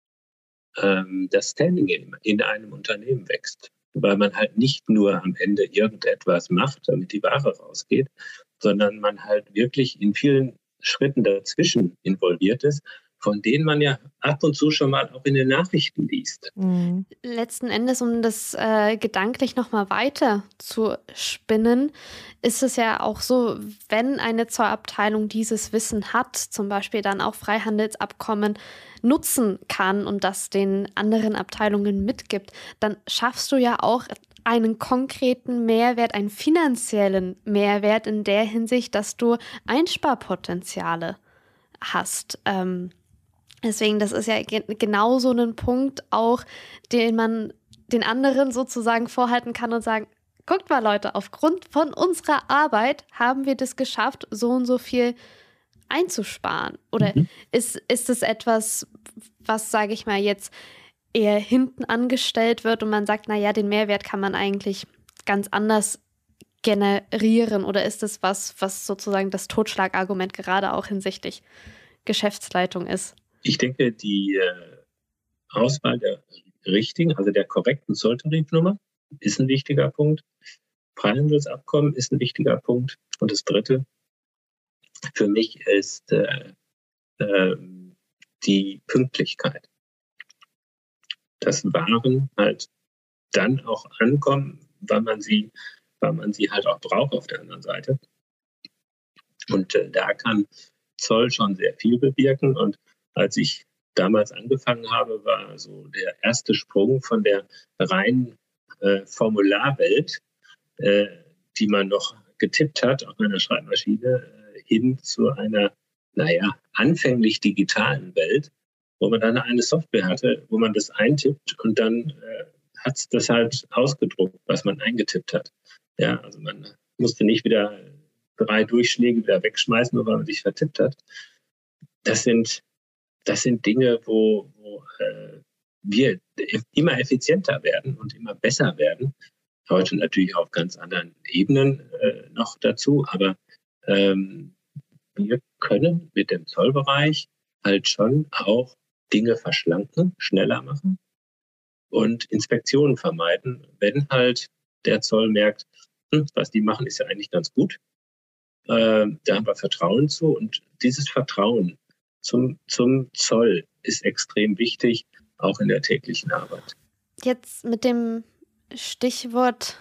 ähm, das Standing in, in einem Unternehmen wächst. Weil man halt nicht nur am Ende irgendetwas macht, damit die Ware rausgeht, sondern man halt wirklich in vielen Schritten dazwischen involviert ist, von denen man ja ab und zu schon mal auch in den Nachrichten liest. Mhm. Letzten Endes, um das äh, gedanklich nochmal weiter zu spinnen, ist es ja auch so, wenn eine Zollabteilung dieses Wissen hat, zum Beispiel dann auch Freihandelsabkommen nutzen kann und das den anderen Abteilungen mitgibt, dann schaffst du ja auch einen konkreten Mehrwert, einen finanziellen Mehrwert in der Hinsicht, dass du Einsparpotenziale hast. Ähm, Deswegen, das ist ja ge- genau so ein Punkt auch, den man den anderen sozusagen vorhalten kann und sagen, guckt mal Leute, aufgrund von unserer Arbeit haben wir das geschafft, so und so viel einzusparen. Oder mhm. ist, ist es etwas, was, sage ich mal, jetzt eher hinten angestellt wird und man sagt, naja, den Mehrwert kann man eigentlich ganz anders generieren? Oder ist es was, was sozusagen das Totschlagargument gerade auch hinsichtlich Geschäftsleitung ist? Ich denke, die äh, Auswahl der richtigen, also der korrekten Zolltarifnummer ist ein wichtiger Punkt. Freihandelsabkommen ist ein wichtiger Punkt. Und das Dritte für mich ist äh, äh, die Pünktlichkeit. Dass Waren halt dann auch ankommen, weil man sie, weil man sie halt auch braucht auf der anderen Seite. Und äh, da kann Zoll schon sehr viel bewirken. Und als ich damals angefangen habe, war so der erste Sprung von der reinen äh, Formularwelt, äh, die man noch getippt hat auf einer Schreibmaschine, äh, hin zu einer, naja, anfänglich digitalen Welt, wo man dann eine Software hatte, wo man das eintippt und dann äh, hat es das halt ausgedruckt, was man eingetippt hat. Ja, also man musste nicht wieder drei Durchschläge wieder wegschmeißen, nur weil man sich vertippt hat. Das sind, das sind Dinge, wo, wo äh, wir immer effizienter werden und immer besser werden. Heute natürlich auf ganz anderen Ebenen äh, noch dazu, aber ähm, wir können mit dem Zollbereich halt schon auch Dinge verschlanken, schneller machen und Inspektionen vermeiden, wenn halt der Zoll merkt, hm, was die machen, ist ja eigentlich ganz gut. Äh, da haben wir Vertrauen zu und dieses Vertrauen zum, zum Zoll ist extrem wichtig, auch in der täglichen Arbeit. Jetzt mit dem Stichwort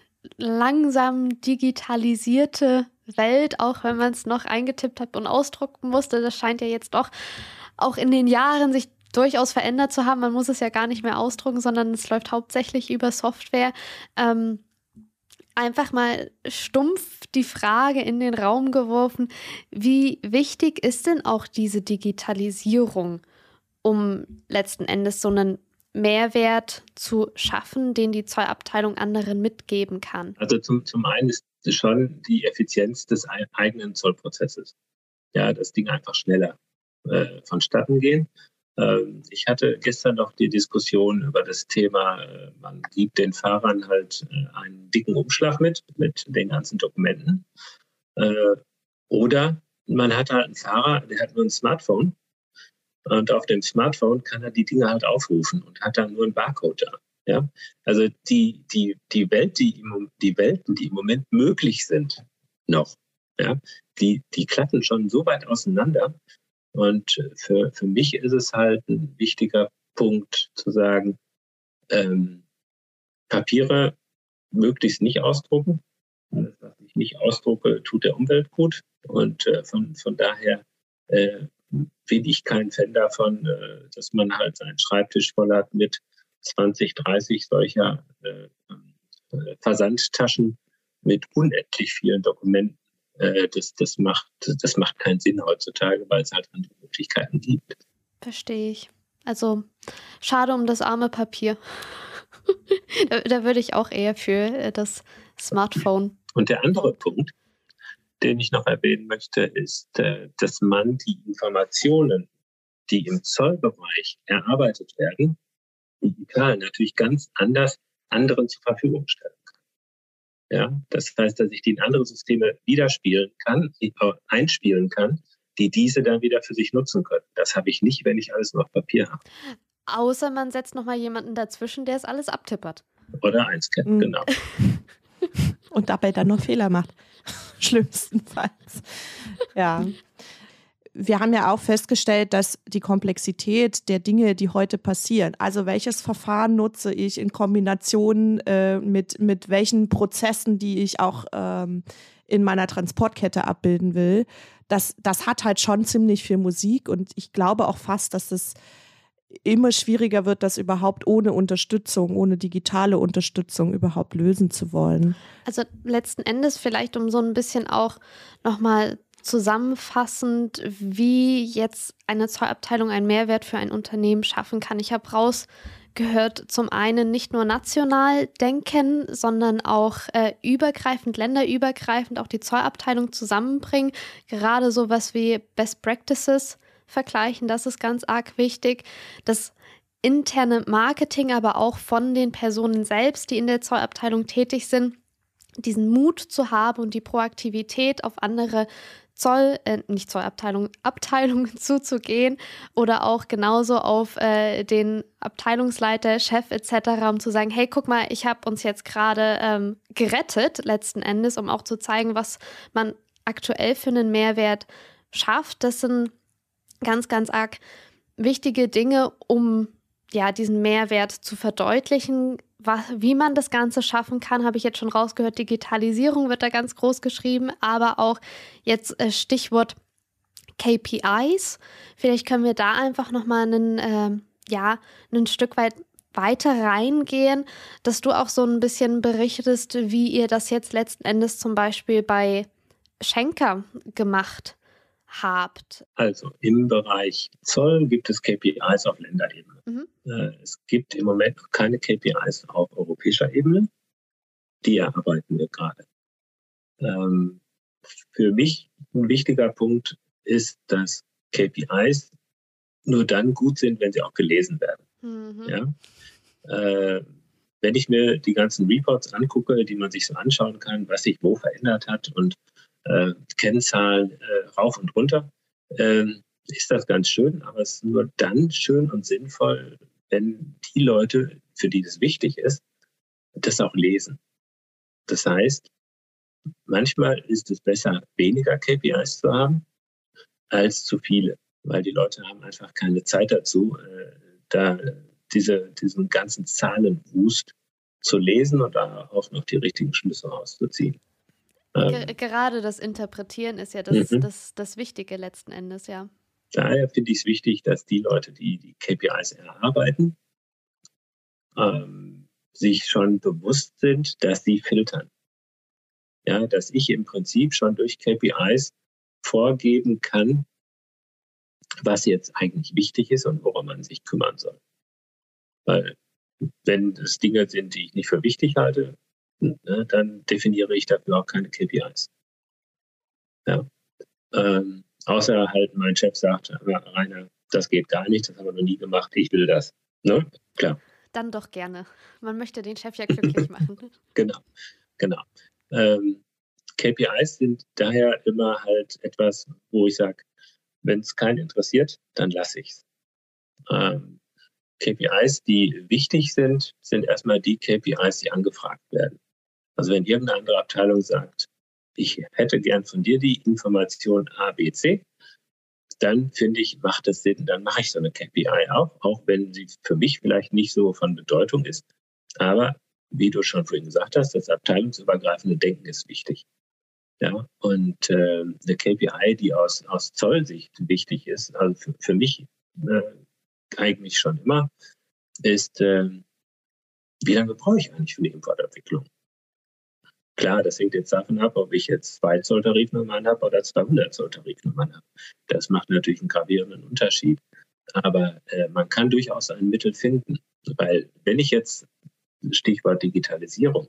langsam digitalisierte Welt, auch wenn man es noch eingetippt hat und ausdrucken musste, das scheint ja jetzt doch auch in den Jahren sich durchaus verändert zu haben. Man muss es ja gar nicht mehr ausdrucken, sondern es läuft hauptsächlich über Software. Ähm, einfach mal stumpf die Frage in den Raum geworfen, wie wichtig ist denn auch diese Digitalisierung, um letzten Endes so einen Mehrwert zu schaffen, den die Zollabteilung anderen mitgeben kann? Also zum, zum einen ist es schon die Effizienz des eigenen Zollprozesses. Ja, das Ding einfach schneller äh, vonstatten gehen. Ähm, ich hatte gestern noch die Diskussion über das Thema, äh, man gibt den Fahrern halt äh, einen dicken Umschlag mit, mit den ganzen Dokumenten. Äh, oder man hat halt einen Fahrer, der hat nur ein Smartphone. Und auf dem Smartphone kann er die Dinge halt aufrufen und hat dann nur einen Barcode da. Ja? Also die, die, die, Welt, die, im, die Welten, die im Moment möglich sind, noch, ja, die, die klappen schon so weit auseinander. Und für, für mich ist es halt ein wichtiger Punkt zu sagen, ähm, Papiere möglichst nicht ausdrucken. Alles, was ich nicht ausdrucke, tut der Umwelt gut. Und äh, von, von daher äh, bin ich kein Fan davon, äh, dass man halt seinen Schreibtisch voll hat mit zwanzig, dreißig solcher äh, äh, Versandtaschen mit unendlich vielen Dokumenten. Äh, das, das, macht, das macht keinen Sinn heutzutage, weil es halt andere Möglichkeiten gibt. Verstehe ich. Also schade um das arme Papier. da, da würde ich auch eher für äh, das Smartphone. Und der andere Punkt, den ich noch erwähnen möchte, ist, dass man die Informationen, die im Zollbereich erarbeitet werden, digital natürlich ganz anders anderen zur Verfügung stellen kann. Ja, das heißt, dass ich die in andere Systeme widerspielen kann, einspielen kann, die diese dann wieder für sich nutzen können. Das habe ich nicht, wenn ich alles nur auf Papier habe. Außer man setzt nochmal jemanden dazwischen, der es alles abtippert. Oder einscannt, mhm. Genau. Und dabei dann noch Fehler macht. Schlimmstenfalls. Ja. Wir haben ja auch festgestellt, dass die Komplexität der Dinge, die heute passieren, also welches Verfahren nutze ich in Kombination äh, mit, mit welchen Prozessen, die ich auch ähm, in meiner Transportkette abbilden will, das, das hat halt schon ziemlich viel Musik und ich glaube auch fast, dass es immer schwieriger wird, das überhaupt ohne Unterstützung, ohne digitale Unterstützung überhaupt lösen zu wollen. Also letzten Endes vielleicht, um so ein bisschen auch nochmal zusammenfassend, wie jetzt eine Zollabteilung einen Mehrwert für ein Unternehmen schaffen kann. Ich habe gehört zum einen nicht nur national denken, sondern auch äh, übergreifend, länderübergreifend auch die Zollabteilung zusammenbringen. Gerade sowas wie Best Practices vergleichen, das ist ganz arg wichtig. Das interne Marketing, aber auch von den Personen selbst, die in der Zollabteilung tätig sind, diesen Mut zu haben und die Proaktivität auf andere Zoll, äh, nicht Zollabteilungen, Abteilungen zuzugehen oder auch genauso auf äh, den Abteilungsleiter, Chef et cetera, um zu sagen, hey, guck mal, ich habe uns jetzt gerade ähm, gerettet, letzten Endes, um auch zu zeigen, was man aktuell für einen Mehrwert schafft. Das sind ganz, ganz arg wichtige Dinge, um ja diesen Mehrwert zu verdeutlichen. Was, wie man das Ganze schaffen kann, habe ich jetzt schon rausgehört. Digitalisierung wird da ganz groß geschrieben, aber auch jetzt äh, Stichwort K P Is. Vielleicht können wir da einfach nochmal einen, äh, ja, ein Stück weit weiter reingehen, dass du auch so ein bisschen berichtest, wie ihr das jetzt letzten Endes zum Beispiel bei Schenker gemacht habt. Also im Bereich Zoll gibt es K P Is auf Länderebene. Mhm. Es gibt im Moment noch keine K P Is auf europäischer Ebene. Die erarbeiten wir gerade. Ähm, für mich ein wichtiger Punkt ist, dass K P Is nur dann gut sind, wenn sie auch gelesen werden. Mhm. Ja? Äh, wenn ich mir die ganzen Reports angucke, die man sich so anschauen kann, was sich wo verändert hat und äh, Kennzahlen äh, rauf und runter, äh, ist das ganz schön, aber es ist nur dann schön und sinnvoll, wenn die Leute, für die das wichtig ist, das auch lesen. Das heißt, manchmal ist es besser, weniger K P Is zu haben, als zu viele, weil die Leute haben einfach keine Zeit dazu, äh, da diese, diesen ganzen Zahlenwust zu lesen und da auch noch die richtigen Schlüsse rauszuziehen. Ge- Gerade das Interpretieren ist ja das, mhm. das, das Wichtige letzten Endes, ja. Daher finde ich es wichtig, dass die Leute, die die K P Is erarbeiten, ähm, sich schon bewusst sind, dass sie filtern. Ja, dass ich im Prinzip schon durch K P Is vorgeben kann, was jetzt eigentlich wichtig ist und worum man sich kümmern soll. Weil wenn es Dinge sind, die ich nicht für wichtig halte, ne, dann definiere ich dafür auch keine K P Is. Ja. Ähm, außer halt mein Chef sagt, Rainer, das geht gar nicht, das haben wir noch nie gemacht, ich will das. Ne? Klar. Dann doch gerne. Man möchte den Chef ja glücklich machen. Genau, genau. Ähm, K P Is sind daher immer halt etwas, wo ich sage, wenn es keinen interessiert, dann lasse ich es. Ähm, K P Is, die wichtig sind, sind erstmal die K P Is, die angefragt werden. Also wenn irgendeine andere Abteilung sagt, ich hätte gern von dir die Information A, B, C, dann finde ich, macht es Sinn, dann mache ich so eine K P I auch, auch wenn sie für mich vielleicht nicht so von Bedeutung ist. Aber wie du schon vorhin gesagt hast, das abteilungsübergreifende Denken ist wichtig. Ja, und äh, eine K P I, die aus, aus Zollsicht wichtig ist, also für, für mich äh, eigentlich schon immer, ist, äh, wie lange brauche ich eigentlich für die Importabwicklung? Klar, das hängt jetzt davon ab, ob ich jetzt zwei Zolltarifnummern habe oder zweihundert Zolltarifnummern habe. Das macht natürlich einen gravierenden Unterschied. Aber äh, man kann durchaus ein Mittel finden. Weil wenn ich jetzt, Stichwort Digitalisierung,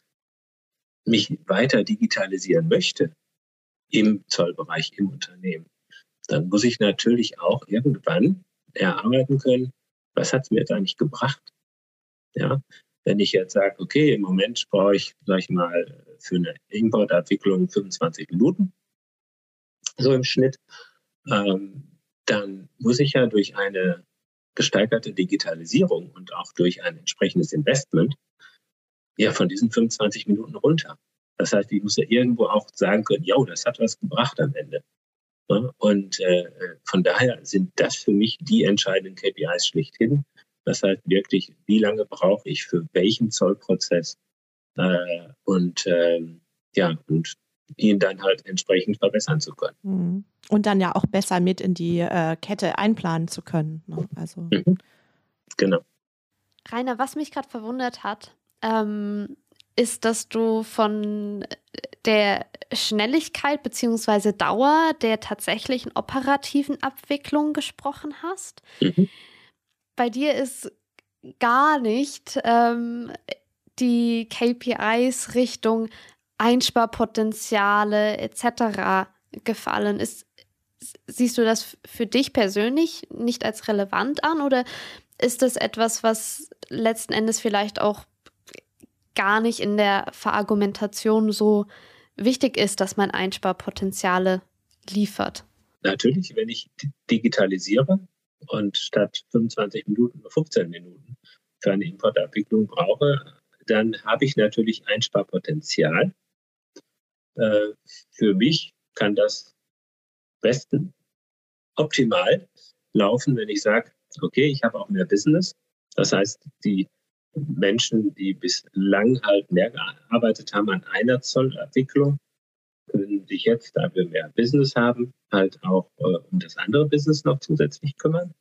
mich weiter digitalisieren möchte im Zollbereich, im Unternehmen, dann muss ich natürlich auch irgendwann erarbeiten können, was hat es mir jetzt eigentlich gebracht? Ja, wenn ich jetzt sage, okay, im Moment brauche ich, sag ich mal, für eine Importabwicklung fünfundzwanzig Minuten, so im Schnitt, ähm, dann muss ich ja durch eine gesteigerte Digitalisierung und auch durch ein entsprechendes Investment ja von diesen fünfundzwanzig Minuten runter. Das heißt, ich muss ja irgendwo auch sagen können, jo, das hat was gebracht am Ende. Ja, und äh, von daher sind das für mich die entscheidenden K P Is schlechthin. Das heißt wirklich, wie lange brauche ich für welchen Zollprozess äh, und äh, ja, und ihn dann halt entsprechend verbessern zu können. Und dann ja auch besser mit in die äh, Kette einplanen zu können. Ne? Also. Mhm. Genau. Rainer, was mich gerade verwundert hat, ähm, ist, dass du von der Schnelligkeit bzw. Dauer der tatsächlichen operativen Abwicklung gesprochen hast. Mhm. Bei dir ist gar nicht ähm, die K P Is Richtung Einsparpotenziale et cetera gefallen. Ist, siehst du das für dich persönlich nicht als relevant an oder ist das etwas, was letzten Endes vielleicht auch gar nicht in der Verargumentation so wichtig ist, dass man Einsparpotenziale liefert? Natürlich, wenn ich digitalisiere und statt fünfundzwanzig Minuten nur fünfzehn Minuten für eine Importabwicklung brauche, dann habe ich natürlich Einsparpotenzial. Äh, für mich kann das besten optimal laufen, wenn ich sage, okay, ich habe auch mehr Business. Das heißt, die Menschen, die bislang halt mehr gearbeitet haben an einer Zollabwicklung, können sich jetzt, da wir mehr Business haben, halt auch äh, um das andere Business noch zusätzlich kümmern.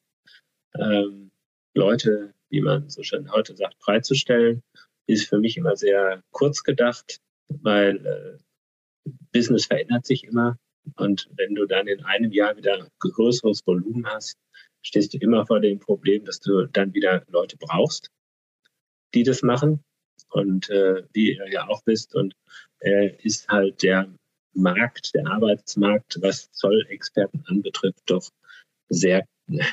Ähm, Leute, wie man so schön heute sagt, freizustellen, ist für mich immer sehr kurz gedacht, weil äh, Business verändert sich immer. Und wenn du dann in einem Jahr wieder größeres Volumen hast, stehst du immer vor dem Problem, dass du dann wieder Leute brauchst, die das machen. Und äh, wie ihr ja auch wisst, und äh, ist halt der Markt, der Arbeitsmarkt, was Zollexperten anbetrifft, doch sehr,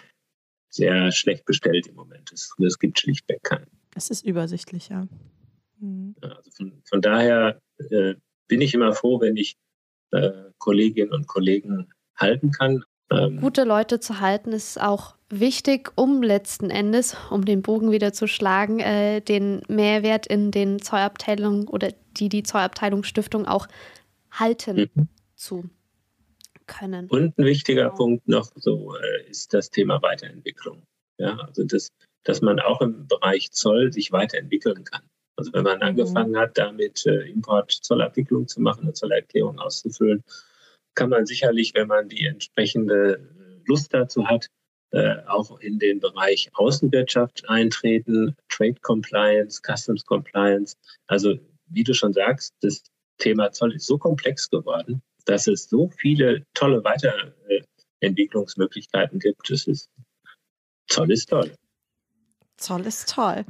sehr schlecht bestellt im Moment. Es, es gibt schlichtweg keinen. Es ist übersichtlich, ja. Mhm. Also von, von daher äh, bin ich immer froh, wenn ich äh, Kolleginnen und Kollegen halten kann. Ähm, Gute Leute zu halten ist auch wichtig, um letzten Endes, um den Bogen wieder zu schlagen, äh, den Mehrwert in den Zollabteilungen oder die die Zollabteilungsstiftung auch halten mhm. zu können. Und ein wichtiger genau. Punkt noch so äh, ist das Thema Weiterentwicklung. Ja, also das, dass man auch im Bereich Zoll sich weiterentwickeln kann. Also wenn man mhm. angefangen hat, damit äh, Import-Zollabwicklung zu machen, eine Zollerklärung auszufüllen, kann man sicherlich, wenn man die entsprechende Lust dazu hat, äh, auch in den Bereich Außenwirtschaft eintreten, Trade Compliance, Customs Compliance. Also wie du schon sagst, das Thema Zoll ist so komplex geworden, dass es so viele tolle Weiterentwicklungsmöglichkeiten gibt. Das ist, Zoll ist toll. Zoll ist toll.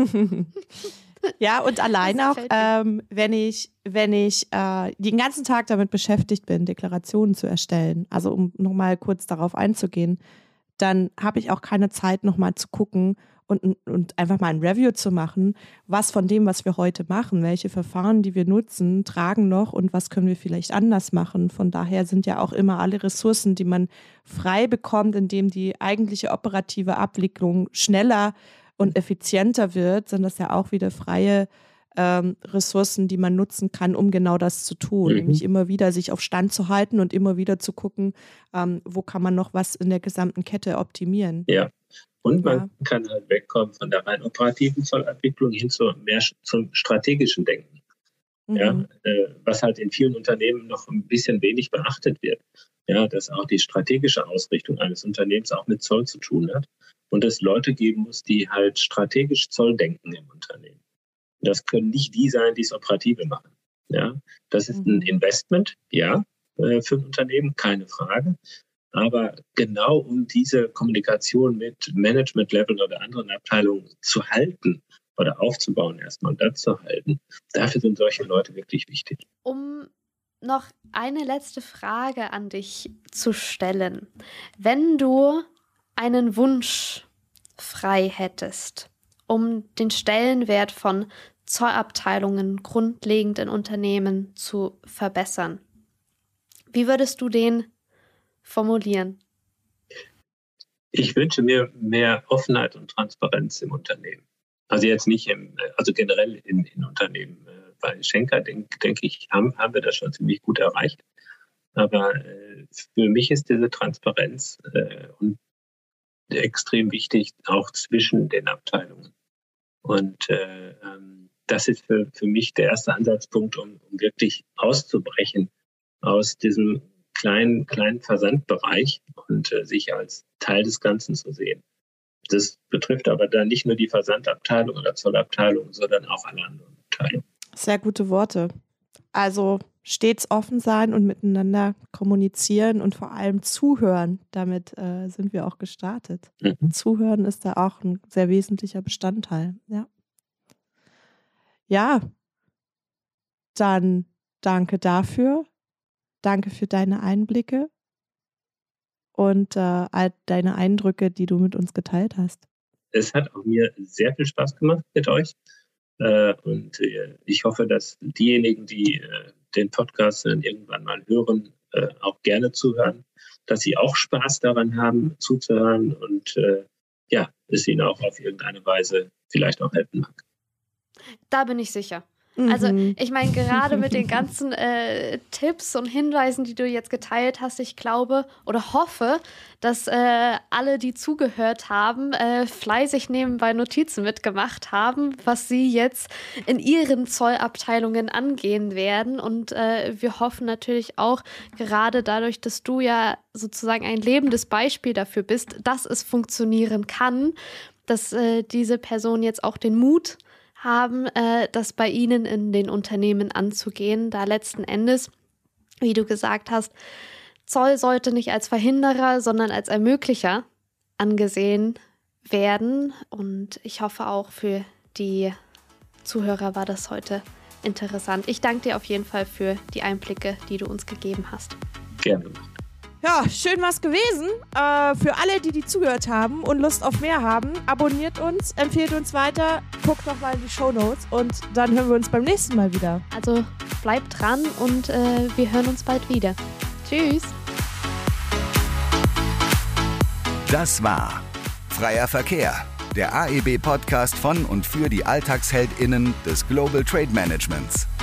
Ja, und allein auch, ähm, wenn ich, wenn ich äh, den ganzen Tag damit beschäftigt bin, Deklarationen zu erstellen, also um nochmal kurz darauf einzugehen, dann habe ich auch keine Zeit, nochmal zu gucken und, und einfach mal ein Review zu machen, was von dem, was wir heute machen, welche Verfahren, die wir nutzen, tragen noch und was können wir vielleicht anders machen. Von daher sind ja auch immer alle Ressourcen, die man frei bekommt, indem die eigentliche operative Abwicklung schneller und effizienter wird, sind das ja auch wieder freie ähm, Ressourcen, die man nutzen kann, um genau das zu tun. Mhm. Nämlich immer wieder sich auf Stand zu halten und immer wieder zu gucken, ähm, wo kann man noch was in der gesamten Kette optimieren. Ja, und man ja. kann halt wegkommen von der rein operativen Zollabwicklung hin zu mehr zum strategischen Denken. Mhm. Ja, äh, was halt in vielen Unternehmen noch ein bisschen wenig beachtet wird. Ja, dass auch die strategische Ausrichtung eines Unternehmens auch mit Zoll zu tun hat. Und es Leute geben muss, die halt strategisch Zoll denken im Unternehmen. Das können nicht die sein, die es Operative machen. Ja, das ist ein Investment, ja, für ein Unternehmen, keine Frage. Aber genau um diese Kommunikation mit Management-Level oder anderen Abteilungen zu halten oder aufzubauen erstmal und dann zu halten, dafür sind solche Leute wirklich wichtig. Um noch eine letzte Frage an dich zu stellen. Wenn du einen Wunsch frei hättest, um den Stellenwert von Zollabteilungen grundlegend in Unternehmen zu verbessern, wie würdest du den formulieren? Ich wünsche mir mehr Offenheit und Transparenz im Unternehmen. Also jetzt nicht im, also generell in, in Unternehmen. Bei Schenker, denke denk ich, haben, haben wir das schon ziemlich gut erreicht. Aber äh, für mich ist diese Transparenz äh, und extrem wichtig, auch zwischen den Abteilungen. Und äh, das ist für, für mich der erste Ansatzpunkt, um, um wirklich auszubrechen aus diesem kleinen, kleinen Versandbereich und äh, sich als Teil des Ganzen zu sehen. Das betrifft aber dann nicht nur die Versandabteilung oder Zollabteilung, sondern auch alle anderen Abteilungen. Sehr gute Worte. Also stets offen sein und miteinander kommunizieren und vor allem zuhören. Damit äh, sind wir auch gestartet. Mhm. Zuhören ist da auch ein sehr wesentlicher Bestandteil. Ja, ja. Dann danke dafür. Danke für deine Einblicke und äh, all deine Eindrücke, die du mit uns geteilt hast. Es hat auch mir sehr viel Spaß gemacht mit euch. Äh, und äh, ich hoffe, dass diejenigen, die äh, den Podcast dann irgendwann mal hören, äh, auch gerne zuhören, dass sie auch Spaß daran haben, zuzuhören und äh, ja, es ihnen auch auf irgendeine Weise vielleicht auch helfen mag. Da bin ich sicher. Also ich meine, gerade mit den ganzen äh, Tipps und Hinweisen, die du jetzt geteilt hast, ich glaube oder hoffe, dass äh, alle, die zugehört haben, äh, fleißig nebenbei Notizen mitgemacht haben, was sie jetzt in ihren Zollabteilungen angehen werden. Und äh, wir hoffen natürlich auch, gerade dadurch, dass du ja sozusagen ein lebendes Beispiel dafür bist, dass es funktionieren kann, dass äh, diese Person jetzt auch den Mut haben, äh, das bei Ihnen in den Unternehmen anzugehen, da letzten Endes, wie du gesagt hast, Zoll sollte nicht als Verhinderer, sondern als Ermöglicher angesehen werden. Und ich hoffe auch für die Zuhörer war das heute interessant. Ich danke dir auf jeden Fall für die Einblicke, die du uns gegeben hast. Gerne. Ja, schön war's gewesen. Äh, für alle, die die zugehört haben und Lust auf mehr haben, abonniert uns, empfehlt uns weiter, guckt noch mal in die Shownotes und dann hören wir uns beim nächsten Mal wieder. Also bleibt dran und äh, wir hören uns bald wieder. Tschüss. Das war Freier Verkehr, der A E B-Podcast von und für die AlltagsheldInnen des Global Trade Managements.